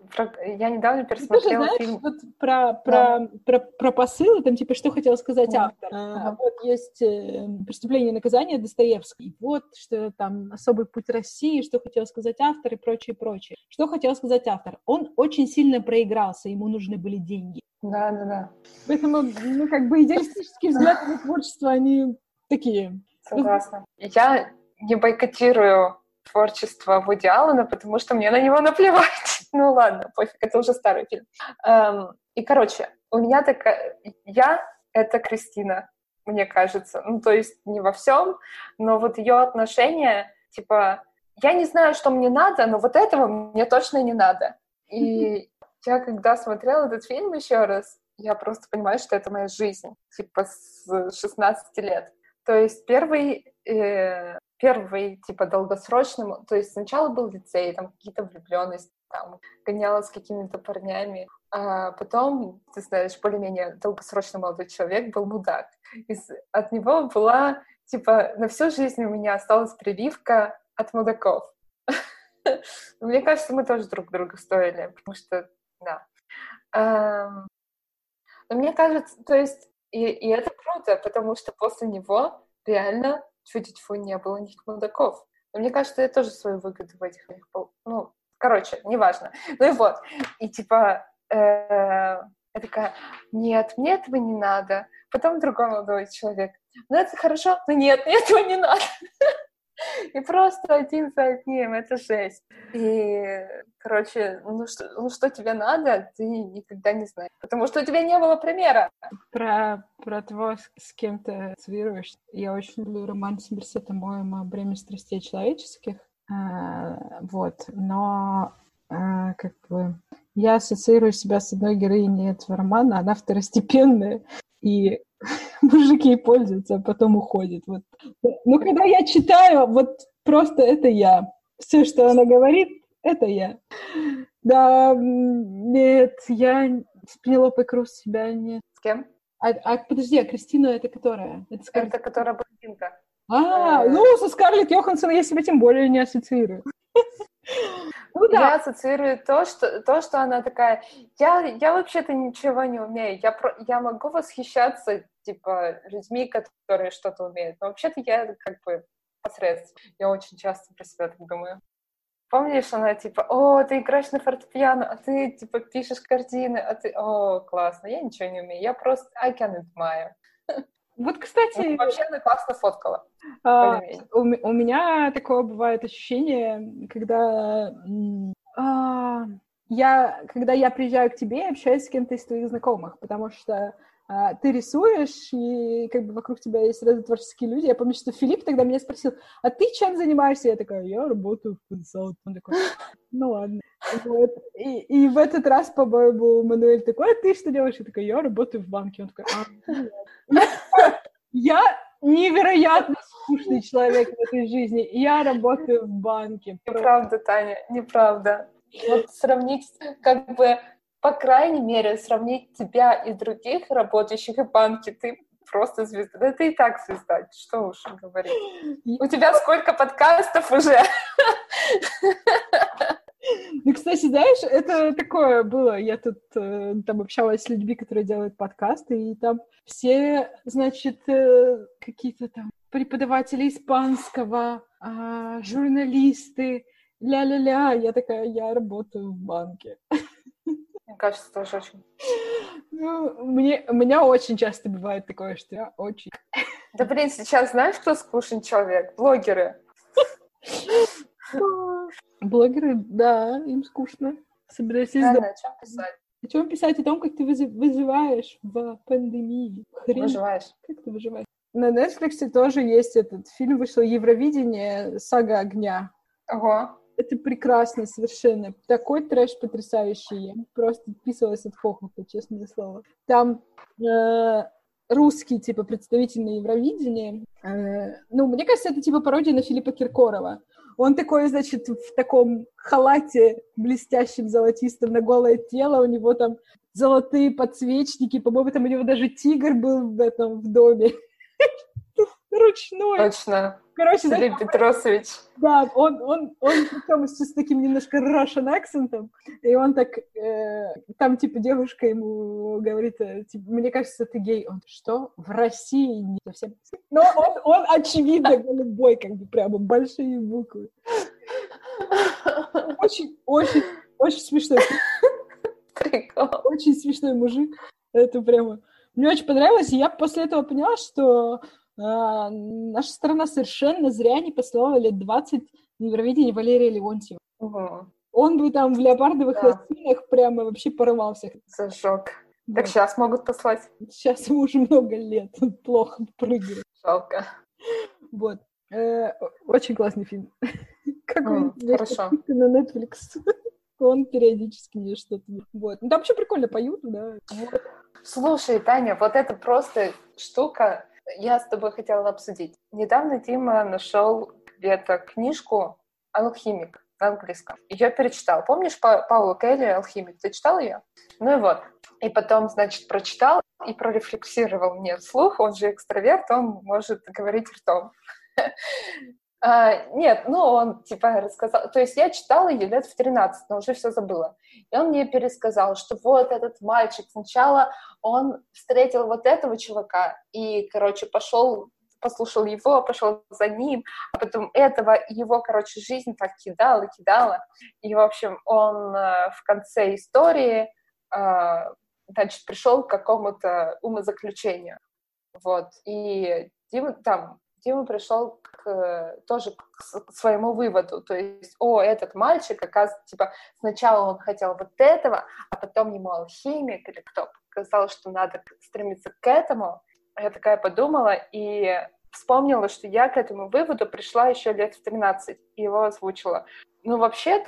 S2: я недавно пересмотрела
S3: знаешь,
S2: фильм...
S3: Вот про, про, yeah. про, про посылы, там типа, что хотел сказать yeah. автор. Uh-huh. Вот есть «Преступление и наказание» Достоевский. Вот, что там «Особый путь России», что хотел сказать автор и прочее, прочее. Что хотел сказать автор? Он очень сильно проигрался, ему нужны были деньги.
S2: Да, да, да.
S3: Поэтому, ну, как бы идеалистические взгляды на творчество, они такие.
S2: Согласна. Я не бойкотирую творчество Вуди Аллена, потому что мне на него наплевать. Ну ладно, пофиг, это уже старый фильм. Эм, и, короче, у меня такая... Я — это Кристина, мне кажется. Ну, то есть не во всем, но вот ее отношения, типа, я не знаю, что мне надо, но вот этого мне точно не надо. И я, когда смотрела этот фильм еще раз, я просто понимаю, что это моя жизнь, типа, с шестнадцати лет. То есть первый, э, первый, типа, долгосрочный, то есть сначала был лицей, там, какие-то влюбленности, там, гоняла с какими-то парнями, а потом, ты знаешь, более-менее долгосрочный молодой человек был мудак. И от него была, типа, на всю жизнь у меня осталась прививка от мудаков. Мне кажется, мы тоже друг друга стоили, потому что, да. Но мне кажется, то есть, и, и это круто, потому что после него реально, тьфу-тьфу, не было никаких мудаков. Но мне кажется, я тоже свою выгоду в этих, ну, короче, неважно. Ну и вот, и типа, э, я такая, нет, мне этого не надо. Потом другой молодой человек, ну это хорошо, но нет, мне этого не надо. И просто один за одним, это жесть. И, короче, ну что, ну что тебе надо, ты никогда не знаешь. Потому что у тебя не было примера.
S3: Про, про того, с кем ты ассоциируешь. Я очень люблю роман Сомерсета Моэма «Бремя страстей человеческих». А, вот. Но а, как бы я ассоциирую себя с одной героиней этого романа, она второстепенная, и мужики ей пользуются, а потом уходят. Вот. Но когда я читаю, вот просто это я. Все, что она говорит, это я. Да, нет, я с Пенелопой Круз себя нет.
S2: С кем?
S3: А, а подожди, а Кристина это которая? Это, Скарлетт...
S2: это которая блондинка.
S3: А, ну, со Скарлетт Йоханссон я себя тем более не ассоциирую.
S2: Ну, да. Я ассоциирую то, что, то, что она такая, я, я вообще-то ничего не умею, я, про, я могу восхищаться, типа, людьми, которые что-то умеют, но вообще-то я как бы посредственно. Я очень часто про себя так думаю. Помнишь, она типа, о, ты играешь на фортепиано, а ты, типа, пишешь картины, а ты, о, классно, я ничего не умею, я просто, I can admire.
S3: Вот, кстати...
S2: Ну, вообще она классно фоткала.
S3: А, у, у меня такое бывает ощущение, когда а, я, когда я приезжаю к тебе и общаюсь с кем-то из твоих знакомых, потому что а, ты рисуешь, и как бы вокруг тебя есть разные творческие люди. Я помню, что Филипп тогда меня спросил, а ты чем занимаешься? Я такая, я работаю в консалте. Он такой, ну ладно. Вот. И, и в этот раз, по-моему, Мануэль такой, а ты что делаешь? Я такая, я работаю в банке. Он такой, а, я невероятно скучный человек в этой жизни. Я работаю в банке.
S2: Неправда, Таня, неправда. Вот сравнить, как бы, по крайней мере, сравнить тебя и других работающих в банке, ты просто звезда. Да ты и так звезда, что уж говорить. У тебя сколько подкастов уже?
S3: Ну, кстати, знаешь, это такое было. Я тут э, там общалась с людьми, которые делают подкасты, и там все, значит, э, какие-то там преподаватели испанского, э, журналисты, ля-ля-ля. Я такая, я работаю в банке.
S2: Мне кажется, тоже очень...
S3: Ну, мне, у меня очень часто бывает такое, что я очень...
S2: Да, блин, сейчас знаешь, кто скучный человек? Блогеры.
S3: Блогеры, да, им скучно. Собираюсь
S2: да, да, о чем писать?
S3: О чем писать? О том, как ты выживаешь в пандемии. Хрен.
S2: Выживаешь.
S3: Как ты выживаешь? На Netflix тоже есть этот фильм, вышел «Евровидение. Сага огня».
S2: Ого.
S3: Это прекрасно совершенно. Такой трэш потрясающий. Я просто отписывалась от хохота, честное слово. Там э, русский, типа, представитель на Евровидении. Э, ну, мне кажется, это типа пародия на Филиппа Киркорова. Он такой, значит, в таком халате блестящем, золотистом, на голое тело. У него там золотые подсвечники. По-моему, там у него даже тигр был в этом, в доме. Ручной.
S2: Точно.
S3: Короче,
S2: Филипп
S3: знаешь,
S2: Петросович.
S3: Да, он, он, он причем с таким немножко Russian акцентом, и он так, э, там, типа, девушка ему говорит, э, типа, мне кажется, ты гей. Он, что? В России не совсем. Но он, он очевидно голубой, как бы, прямо, большие буквы. Очень, очень, очень смешной.
S2: Прикол.
S3: Очень смешной мужик. Это прямо... Мне очень понравилось, и я после этого поняла, что А, наша страна совершенно зря не послала лет двадцать на Евровидение Валерия Леонтьева.
S2: Угу.
S3: Он бы там в леопардовых
S2: да.
S3: лосинах прямо вообще порвал всех.
S2: Зажег.
S3: Да.
S2: Так сейчас могут послать?
S3: Сейчас ему уже много лет, он плохо прыгает.
S2: Жалко.
S3: Вот. Э, очень классный фильм. Какой
S2: хорошо.
S3: На Netflix. Он периодически мне что-то... Вот. Ну, там вообще прикольно поют, да.
S2: Вот. Слушай, Таня, вот это просто штука... Я с тобой хотела обсудить. Недавно Дима нашел где-то книжку «Алхимик» на английском. Ее перечитал. Помнишь па- Паула Келли «Алхимик»? Ты читал ее? Ну и вот. И потом, значит, прочитал и прорефлексировал мне вслух. Он же экстраверт, он может говорить ртом. А, нет, ну, он, типа, рассказал... То есть я читала ее лет в тринадцать, но уже все забыла. И он мне пересказал, что вот этот мальчик сначала он встретил вот этого чувака и, короче, пошел, послушал его, пошел за ним, а потом этого, его, короче, жизнь так кидала, кидала. И, в общем, он э, в конце истории, э, значит, пришел к какому-то умозаключению. Вот. И Дима там... Дима пришел к, тоже к своему выводу, то есть, о, этот мальчик, оказывается, типа, сначала он хотел вот этого, а потом ему алхимик или кто сказал, что надо стремиться к этому. Я такая подумала и вспомнила, что я к этому выводу пришла еще лет в тринадцать и его озвучила. Ну, вообще-то,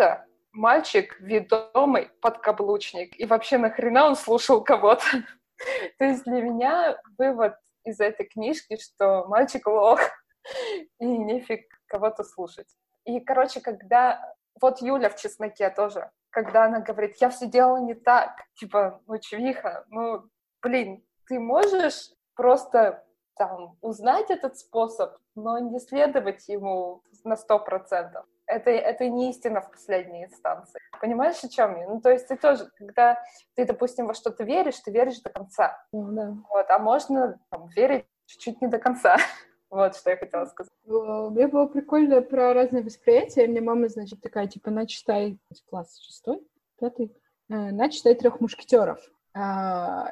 S2: мальчик ведомый подкаблучник, и вообще нахрена он слушал кого-то? То есть для меня вывод из этой книжки, что мальчик лох, и нефиг кого-то слушать. И, короче, когда... Вот Юля в «Чесноке» тоже, когда она говорит, я все делала не так, типа, ну, чувиха, ну, блин, ты можешь просто там узнать этот способ, но не следовать ему на сто процентов. Это, это не истина в последней инстанции. Понимаешь, о чем я? Ну, то есть ты тоже, когда ты, допустим, во что-то веришь, ты веришь до конца.
S3: Ну, да.
S2: Вот, а можно там, верить чуть-чуть не до конца. Вот, что я хотела сказать.
S3: Мне было прикольно про разные восприятия. Мне мама, значит, такая, типа, на, читай класс шестой, пятый, на, читай «Трех мушкетеров». А,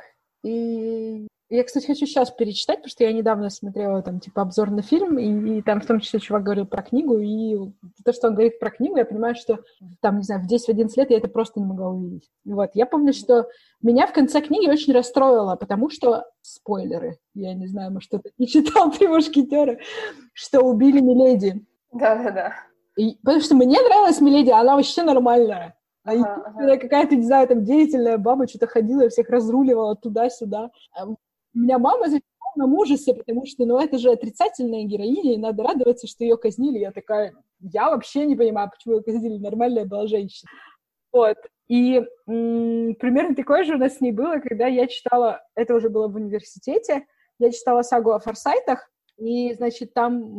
S3: и я, кстати, хочу сейчас перечитать, потому что я недавно смотрела там, типа, обзор на фильм, и, и там в том числе чувак говорил про книгу, и то, что он говорит про книгу, я понимаю, что там, не знаю, в десять-одиннадцать лет я это просто не могла увидеть. Вот, я помню, что меня в конце книги очень расстроило, потому что, спойлеры, я не знаю, может, кто-то не читал «Три мушкетера», что убили Миледи.
S2: Да-да-да.
S3: И, потому что мне нравилась Миледи, она вообще нормальная. А
S2: ага, ага.
S3: какая-то, не знаю, там деятельная баба что-то ходила и всех разруливала туда-сюда. Меня мама записала на ужасе, потому что, ну, это же отрицательная героиня, и надо радоваться, что ее казнили. Я такая, я вообще не понимаю, почему ее казнили, нормальная была женщина. Вот. И м- примерно такое же у нас с ней было, когда я читала, это уже было в университете, я читала сагу о Форсайтах, и, значит, там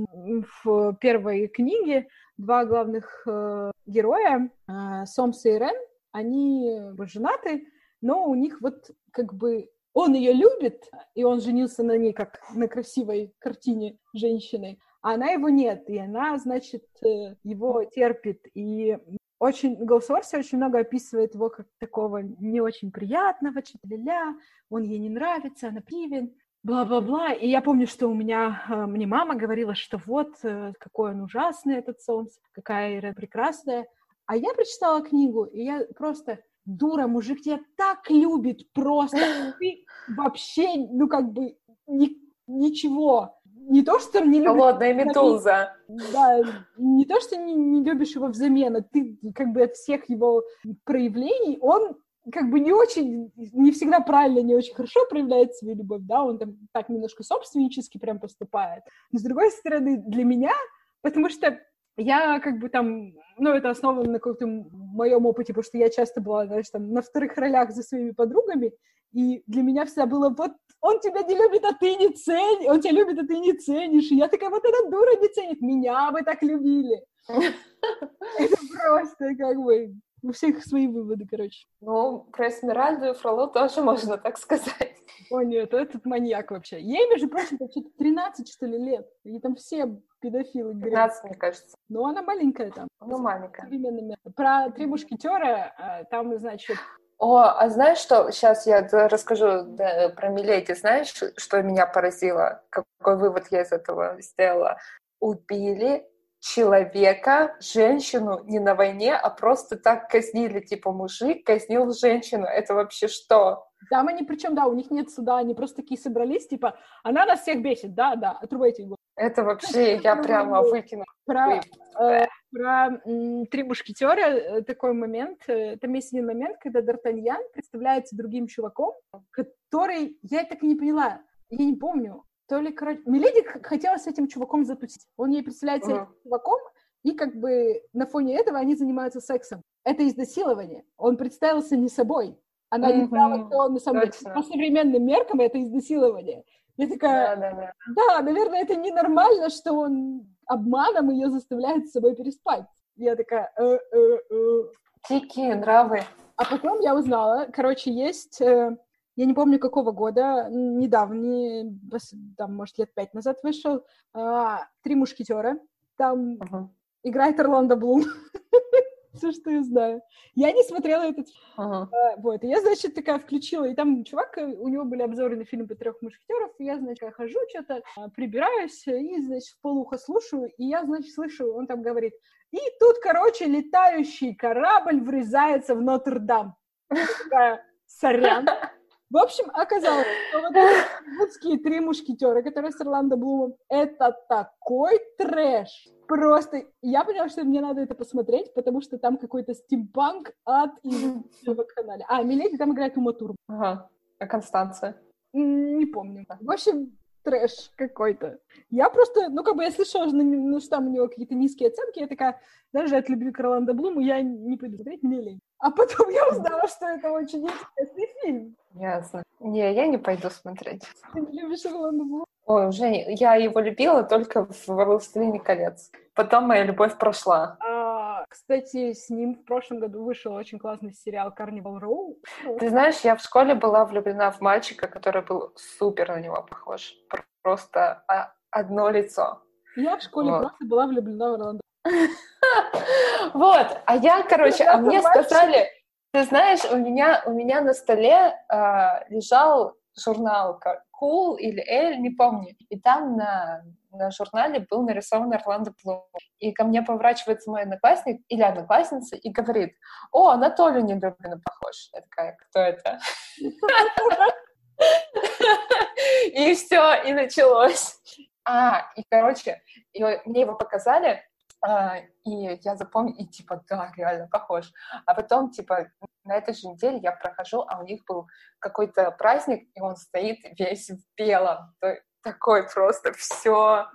S3: в первой книге два главных э, героя, э, Сомс и Ирен, они женаты, но у них вот как бы он ее любит, и он женился на ней, как на красивой картине женщины, а она его нет, и она, значит, его терпит. И очень, Голсворси очень много описывает его как такого не очень приятного, ля-ля, он ей не нравится, она привен, бла-бла-бла. И я помню, что у меня, мне мама говорила, что вот, какой он ужасный, этот Сомс, какая Ирен прекрасная. А я прочитала книгу, и я просто... Дура, мужик тебя так любит просто, ты вообще, ну, как бы, ни, ничего. Не то, что не любишь...
S2: Холодная медуза.
S3: Да, не то, что не, не любишь его взамен, а ты, как бы, от всех его проявлений, он, как бы, не очень, не всегда правильно, не очень хорошо проявляет свою любовь, да, он там так немножко собственнически прям поступает. Но, с другой стороны, для меня, потому что я как бы там, ну, это основано на каком-то моем опыте, потому что я часто была, знаешь, там, на вторых ролях за своими подругами, и для меня всегда было, вот, он тебя не любит, а ты не ценишь, он тебя любит, а ты не ценишь, и я такая, вот эта дура не ценит, меня вы так любили. Это просто, как бы, у всех свои выводы, короче.
S2: Ну, про Эсмеральду и Фроло тоже можно так сказать.
S3: О, нет, этот маньяк вообще. Ей, между прочим, что-то тринадцать, что ли, лет, и там все педофилы.
S2: пятнадцать, мне кажется.
S3: Ну, она маленькая там.
S2: Ну, маленькая.
S3: Про «Три мушкетера» там, значит...
S2: О, а знаешь что? Сейчас я расскажу да, про Миледи. Знаешь, что меня поразило? Какой вывод я из этого сделала? Убили человека, женщину не на войне, а просто так казнили. Типа мужик казнил женщину. Это вообще что?
S3: Там они, причем, да, у них нет суда, они просто такие собрались, типа, она нас всех бесит, да, да, отрубайте его.
S2: Это вообще, я прямо выкину.
S3: Про, э, про м, «Три мушкетера» такой момент, э, там есть один момент, когда Д'Артаньян представляется другим чуваком, который, я так и не поняла, я не помню, то ли, короче, Миледи хотела с этим чуваком затусить, он ей представляется uh-huh. этим чуваком, и как бы на фоне этого они занимаются сексом. Это изнасилование, он представился не собой. Она не знала, кто он на самом деле. По современным меркам это изнасилование. Я такая, да, да, да. да, наверное, это ненормально, что он обманом ее заставляет с собой переспать. Я такая... Э, э, э.
S2: Дикие нравы.
S3: А потом я узнала, короче, есть... Э, я не помню, какого года, недавний, там, может, лет пять назад вышел, э, «Три мушкетера». Там uh-huh. играет Орландо Блум. Все, что я знаю. Я не смотрела этот фильм. Uh-huh. А, вот, и я, значит, такая включила, и там чувак, у него были обзоры на фильм по «Трех мушкетеров», и я, значит, хожу, что-то прибираюсь, и, значит, в полухо слушаю, и я, значит, слышу, он там говорит, и тут, короче, летающий корабль врезается в Нотр-Дам. Я такая, сорян. В общем, оказалось, что вот эти голливудские «Три мушкетера», которые с Орландо Блумом, это такой трэш. просто... Я поняла, что мне надо это посмотреть, потому что там какой-то стимпанк, ад и в канале. А, Миледи там играет Ума Турман.
S2: Ага. А Констанция?
S3: Не помню. В общем, трэш какой-то. Я просто, ну, как бы я слышала, что, ну, что там у него какие-то низкие оценки, я такая, даже от любви к Орландо Блуму я не пойду смотреть, мне лень. А потом я узнала, что это очень интересный фильм.
S2: Ясно. Не, я не пойду смотреть.
S3: Ты не любишь Орландо Блума?
S2: Ой, уже я его любила только в «Властелине колец». Потом моя любовь прошла.
S3: А, кстати, с ним в прошлом году вышел очень классный сериал «Карнивал Роу».
S2: Ты знаешь, я в школе была влюблена в мальчика, который был супер на него похож. Просто одно лицо.
S3: Я в школе вот. Просто была влюблена в Орландо.
S2: Вот, а я, короче, а мне сказали, ты знаешь, у меня, у меня на столе лежал журнал Cool или Elle, не помню. И там на, на журнале был нарисован Орландо Блум. И ко мне поворачивается мой одноклассник или одноклассница и говорит: «О, Анатолию Недобрину похож». Я такая: «Кто это?» И все, и началось. А, и, короче, мне его показали, и я запомнила, и типа, да, реально похож. А потом, типа, на этой же неделе я прохожу, а у них был какой-то праздник, и он стоит весь в белом. Такой просто все.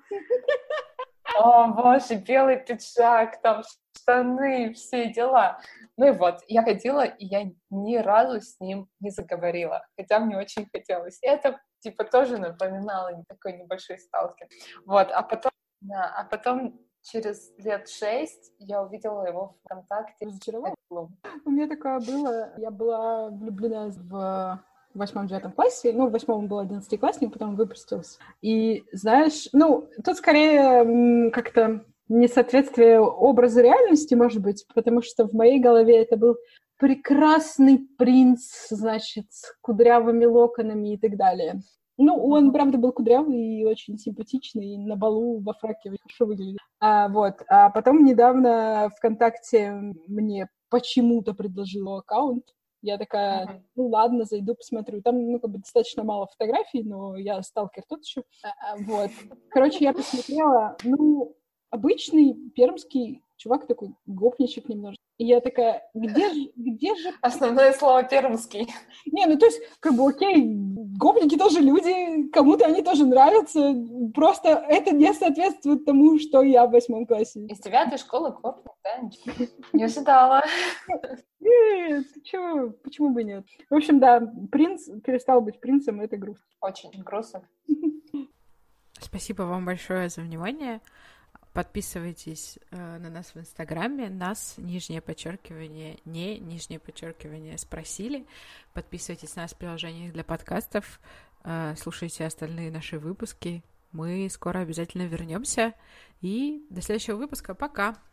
S2: О, боже, белый пиджак, там штаны, все дела. Ну и вот, я ходила, и я ни разу с ним не заговорила, хотя мне очень хотелось. И это, типа, тоже напоминало такой небольшой сталкер. Вот, а потом, да, а потом через лет шесть я увидела его в ВКонтакте.
S3: У меня такое было. Я была влюблена в восьмом-девятом классе. Ну, в восьмом он был одиннадцатиклассник, потом выпустился. И, знаешь, ну, тут скорее как-то несоответствие образа реальности, может быть, потому что в моей голове это был прекрасный принц, значит, с кудрявыми локонами и так далее. Ну, он, правда, был кудрявый и очень симпатичный, и на балу во фраке очень хорошо выглядел. А, вот. А потом недавно ВКонтакте мне почему-то предложил аккаунт. Я такая, uh-huh. ну ладно, зайду, посмотрю. Там, ну, как бы достаточно мало фотографий, но я сталкер тот еще. А, вот. Короче, я посмотрела, ну, обычный пермский чувак такой, гопничек немножко. И я такая, где же, где же...
S2: Основное слово пермский.
S3: Не, ну то есть, как бы, окей, гопники тоже люди, кому-то они тоже нравятся, просто это не соответствует тому, что я в восьмом классе.
S2: Из девятой школы гопник, да? Не ожидала.
S3: Нет, чего, почему бы нет? В общем, да, принц перестал быть принцем, это грустно.
S2: Очень грустно.
S1: Спасибо вам большое за внимание. Подписывайтесь э, на нас в Инстаграме, нас, нижнее подчеркивание, не, нижнее подчеркивание, спросили. Подписывайтесь на нас в приложениях для подкастов, э, слушайте остальные наши выпуски. Мы скоро обязательно вернемся. И до следующего выпуска. Пока!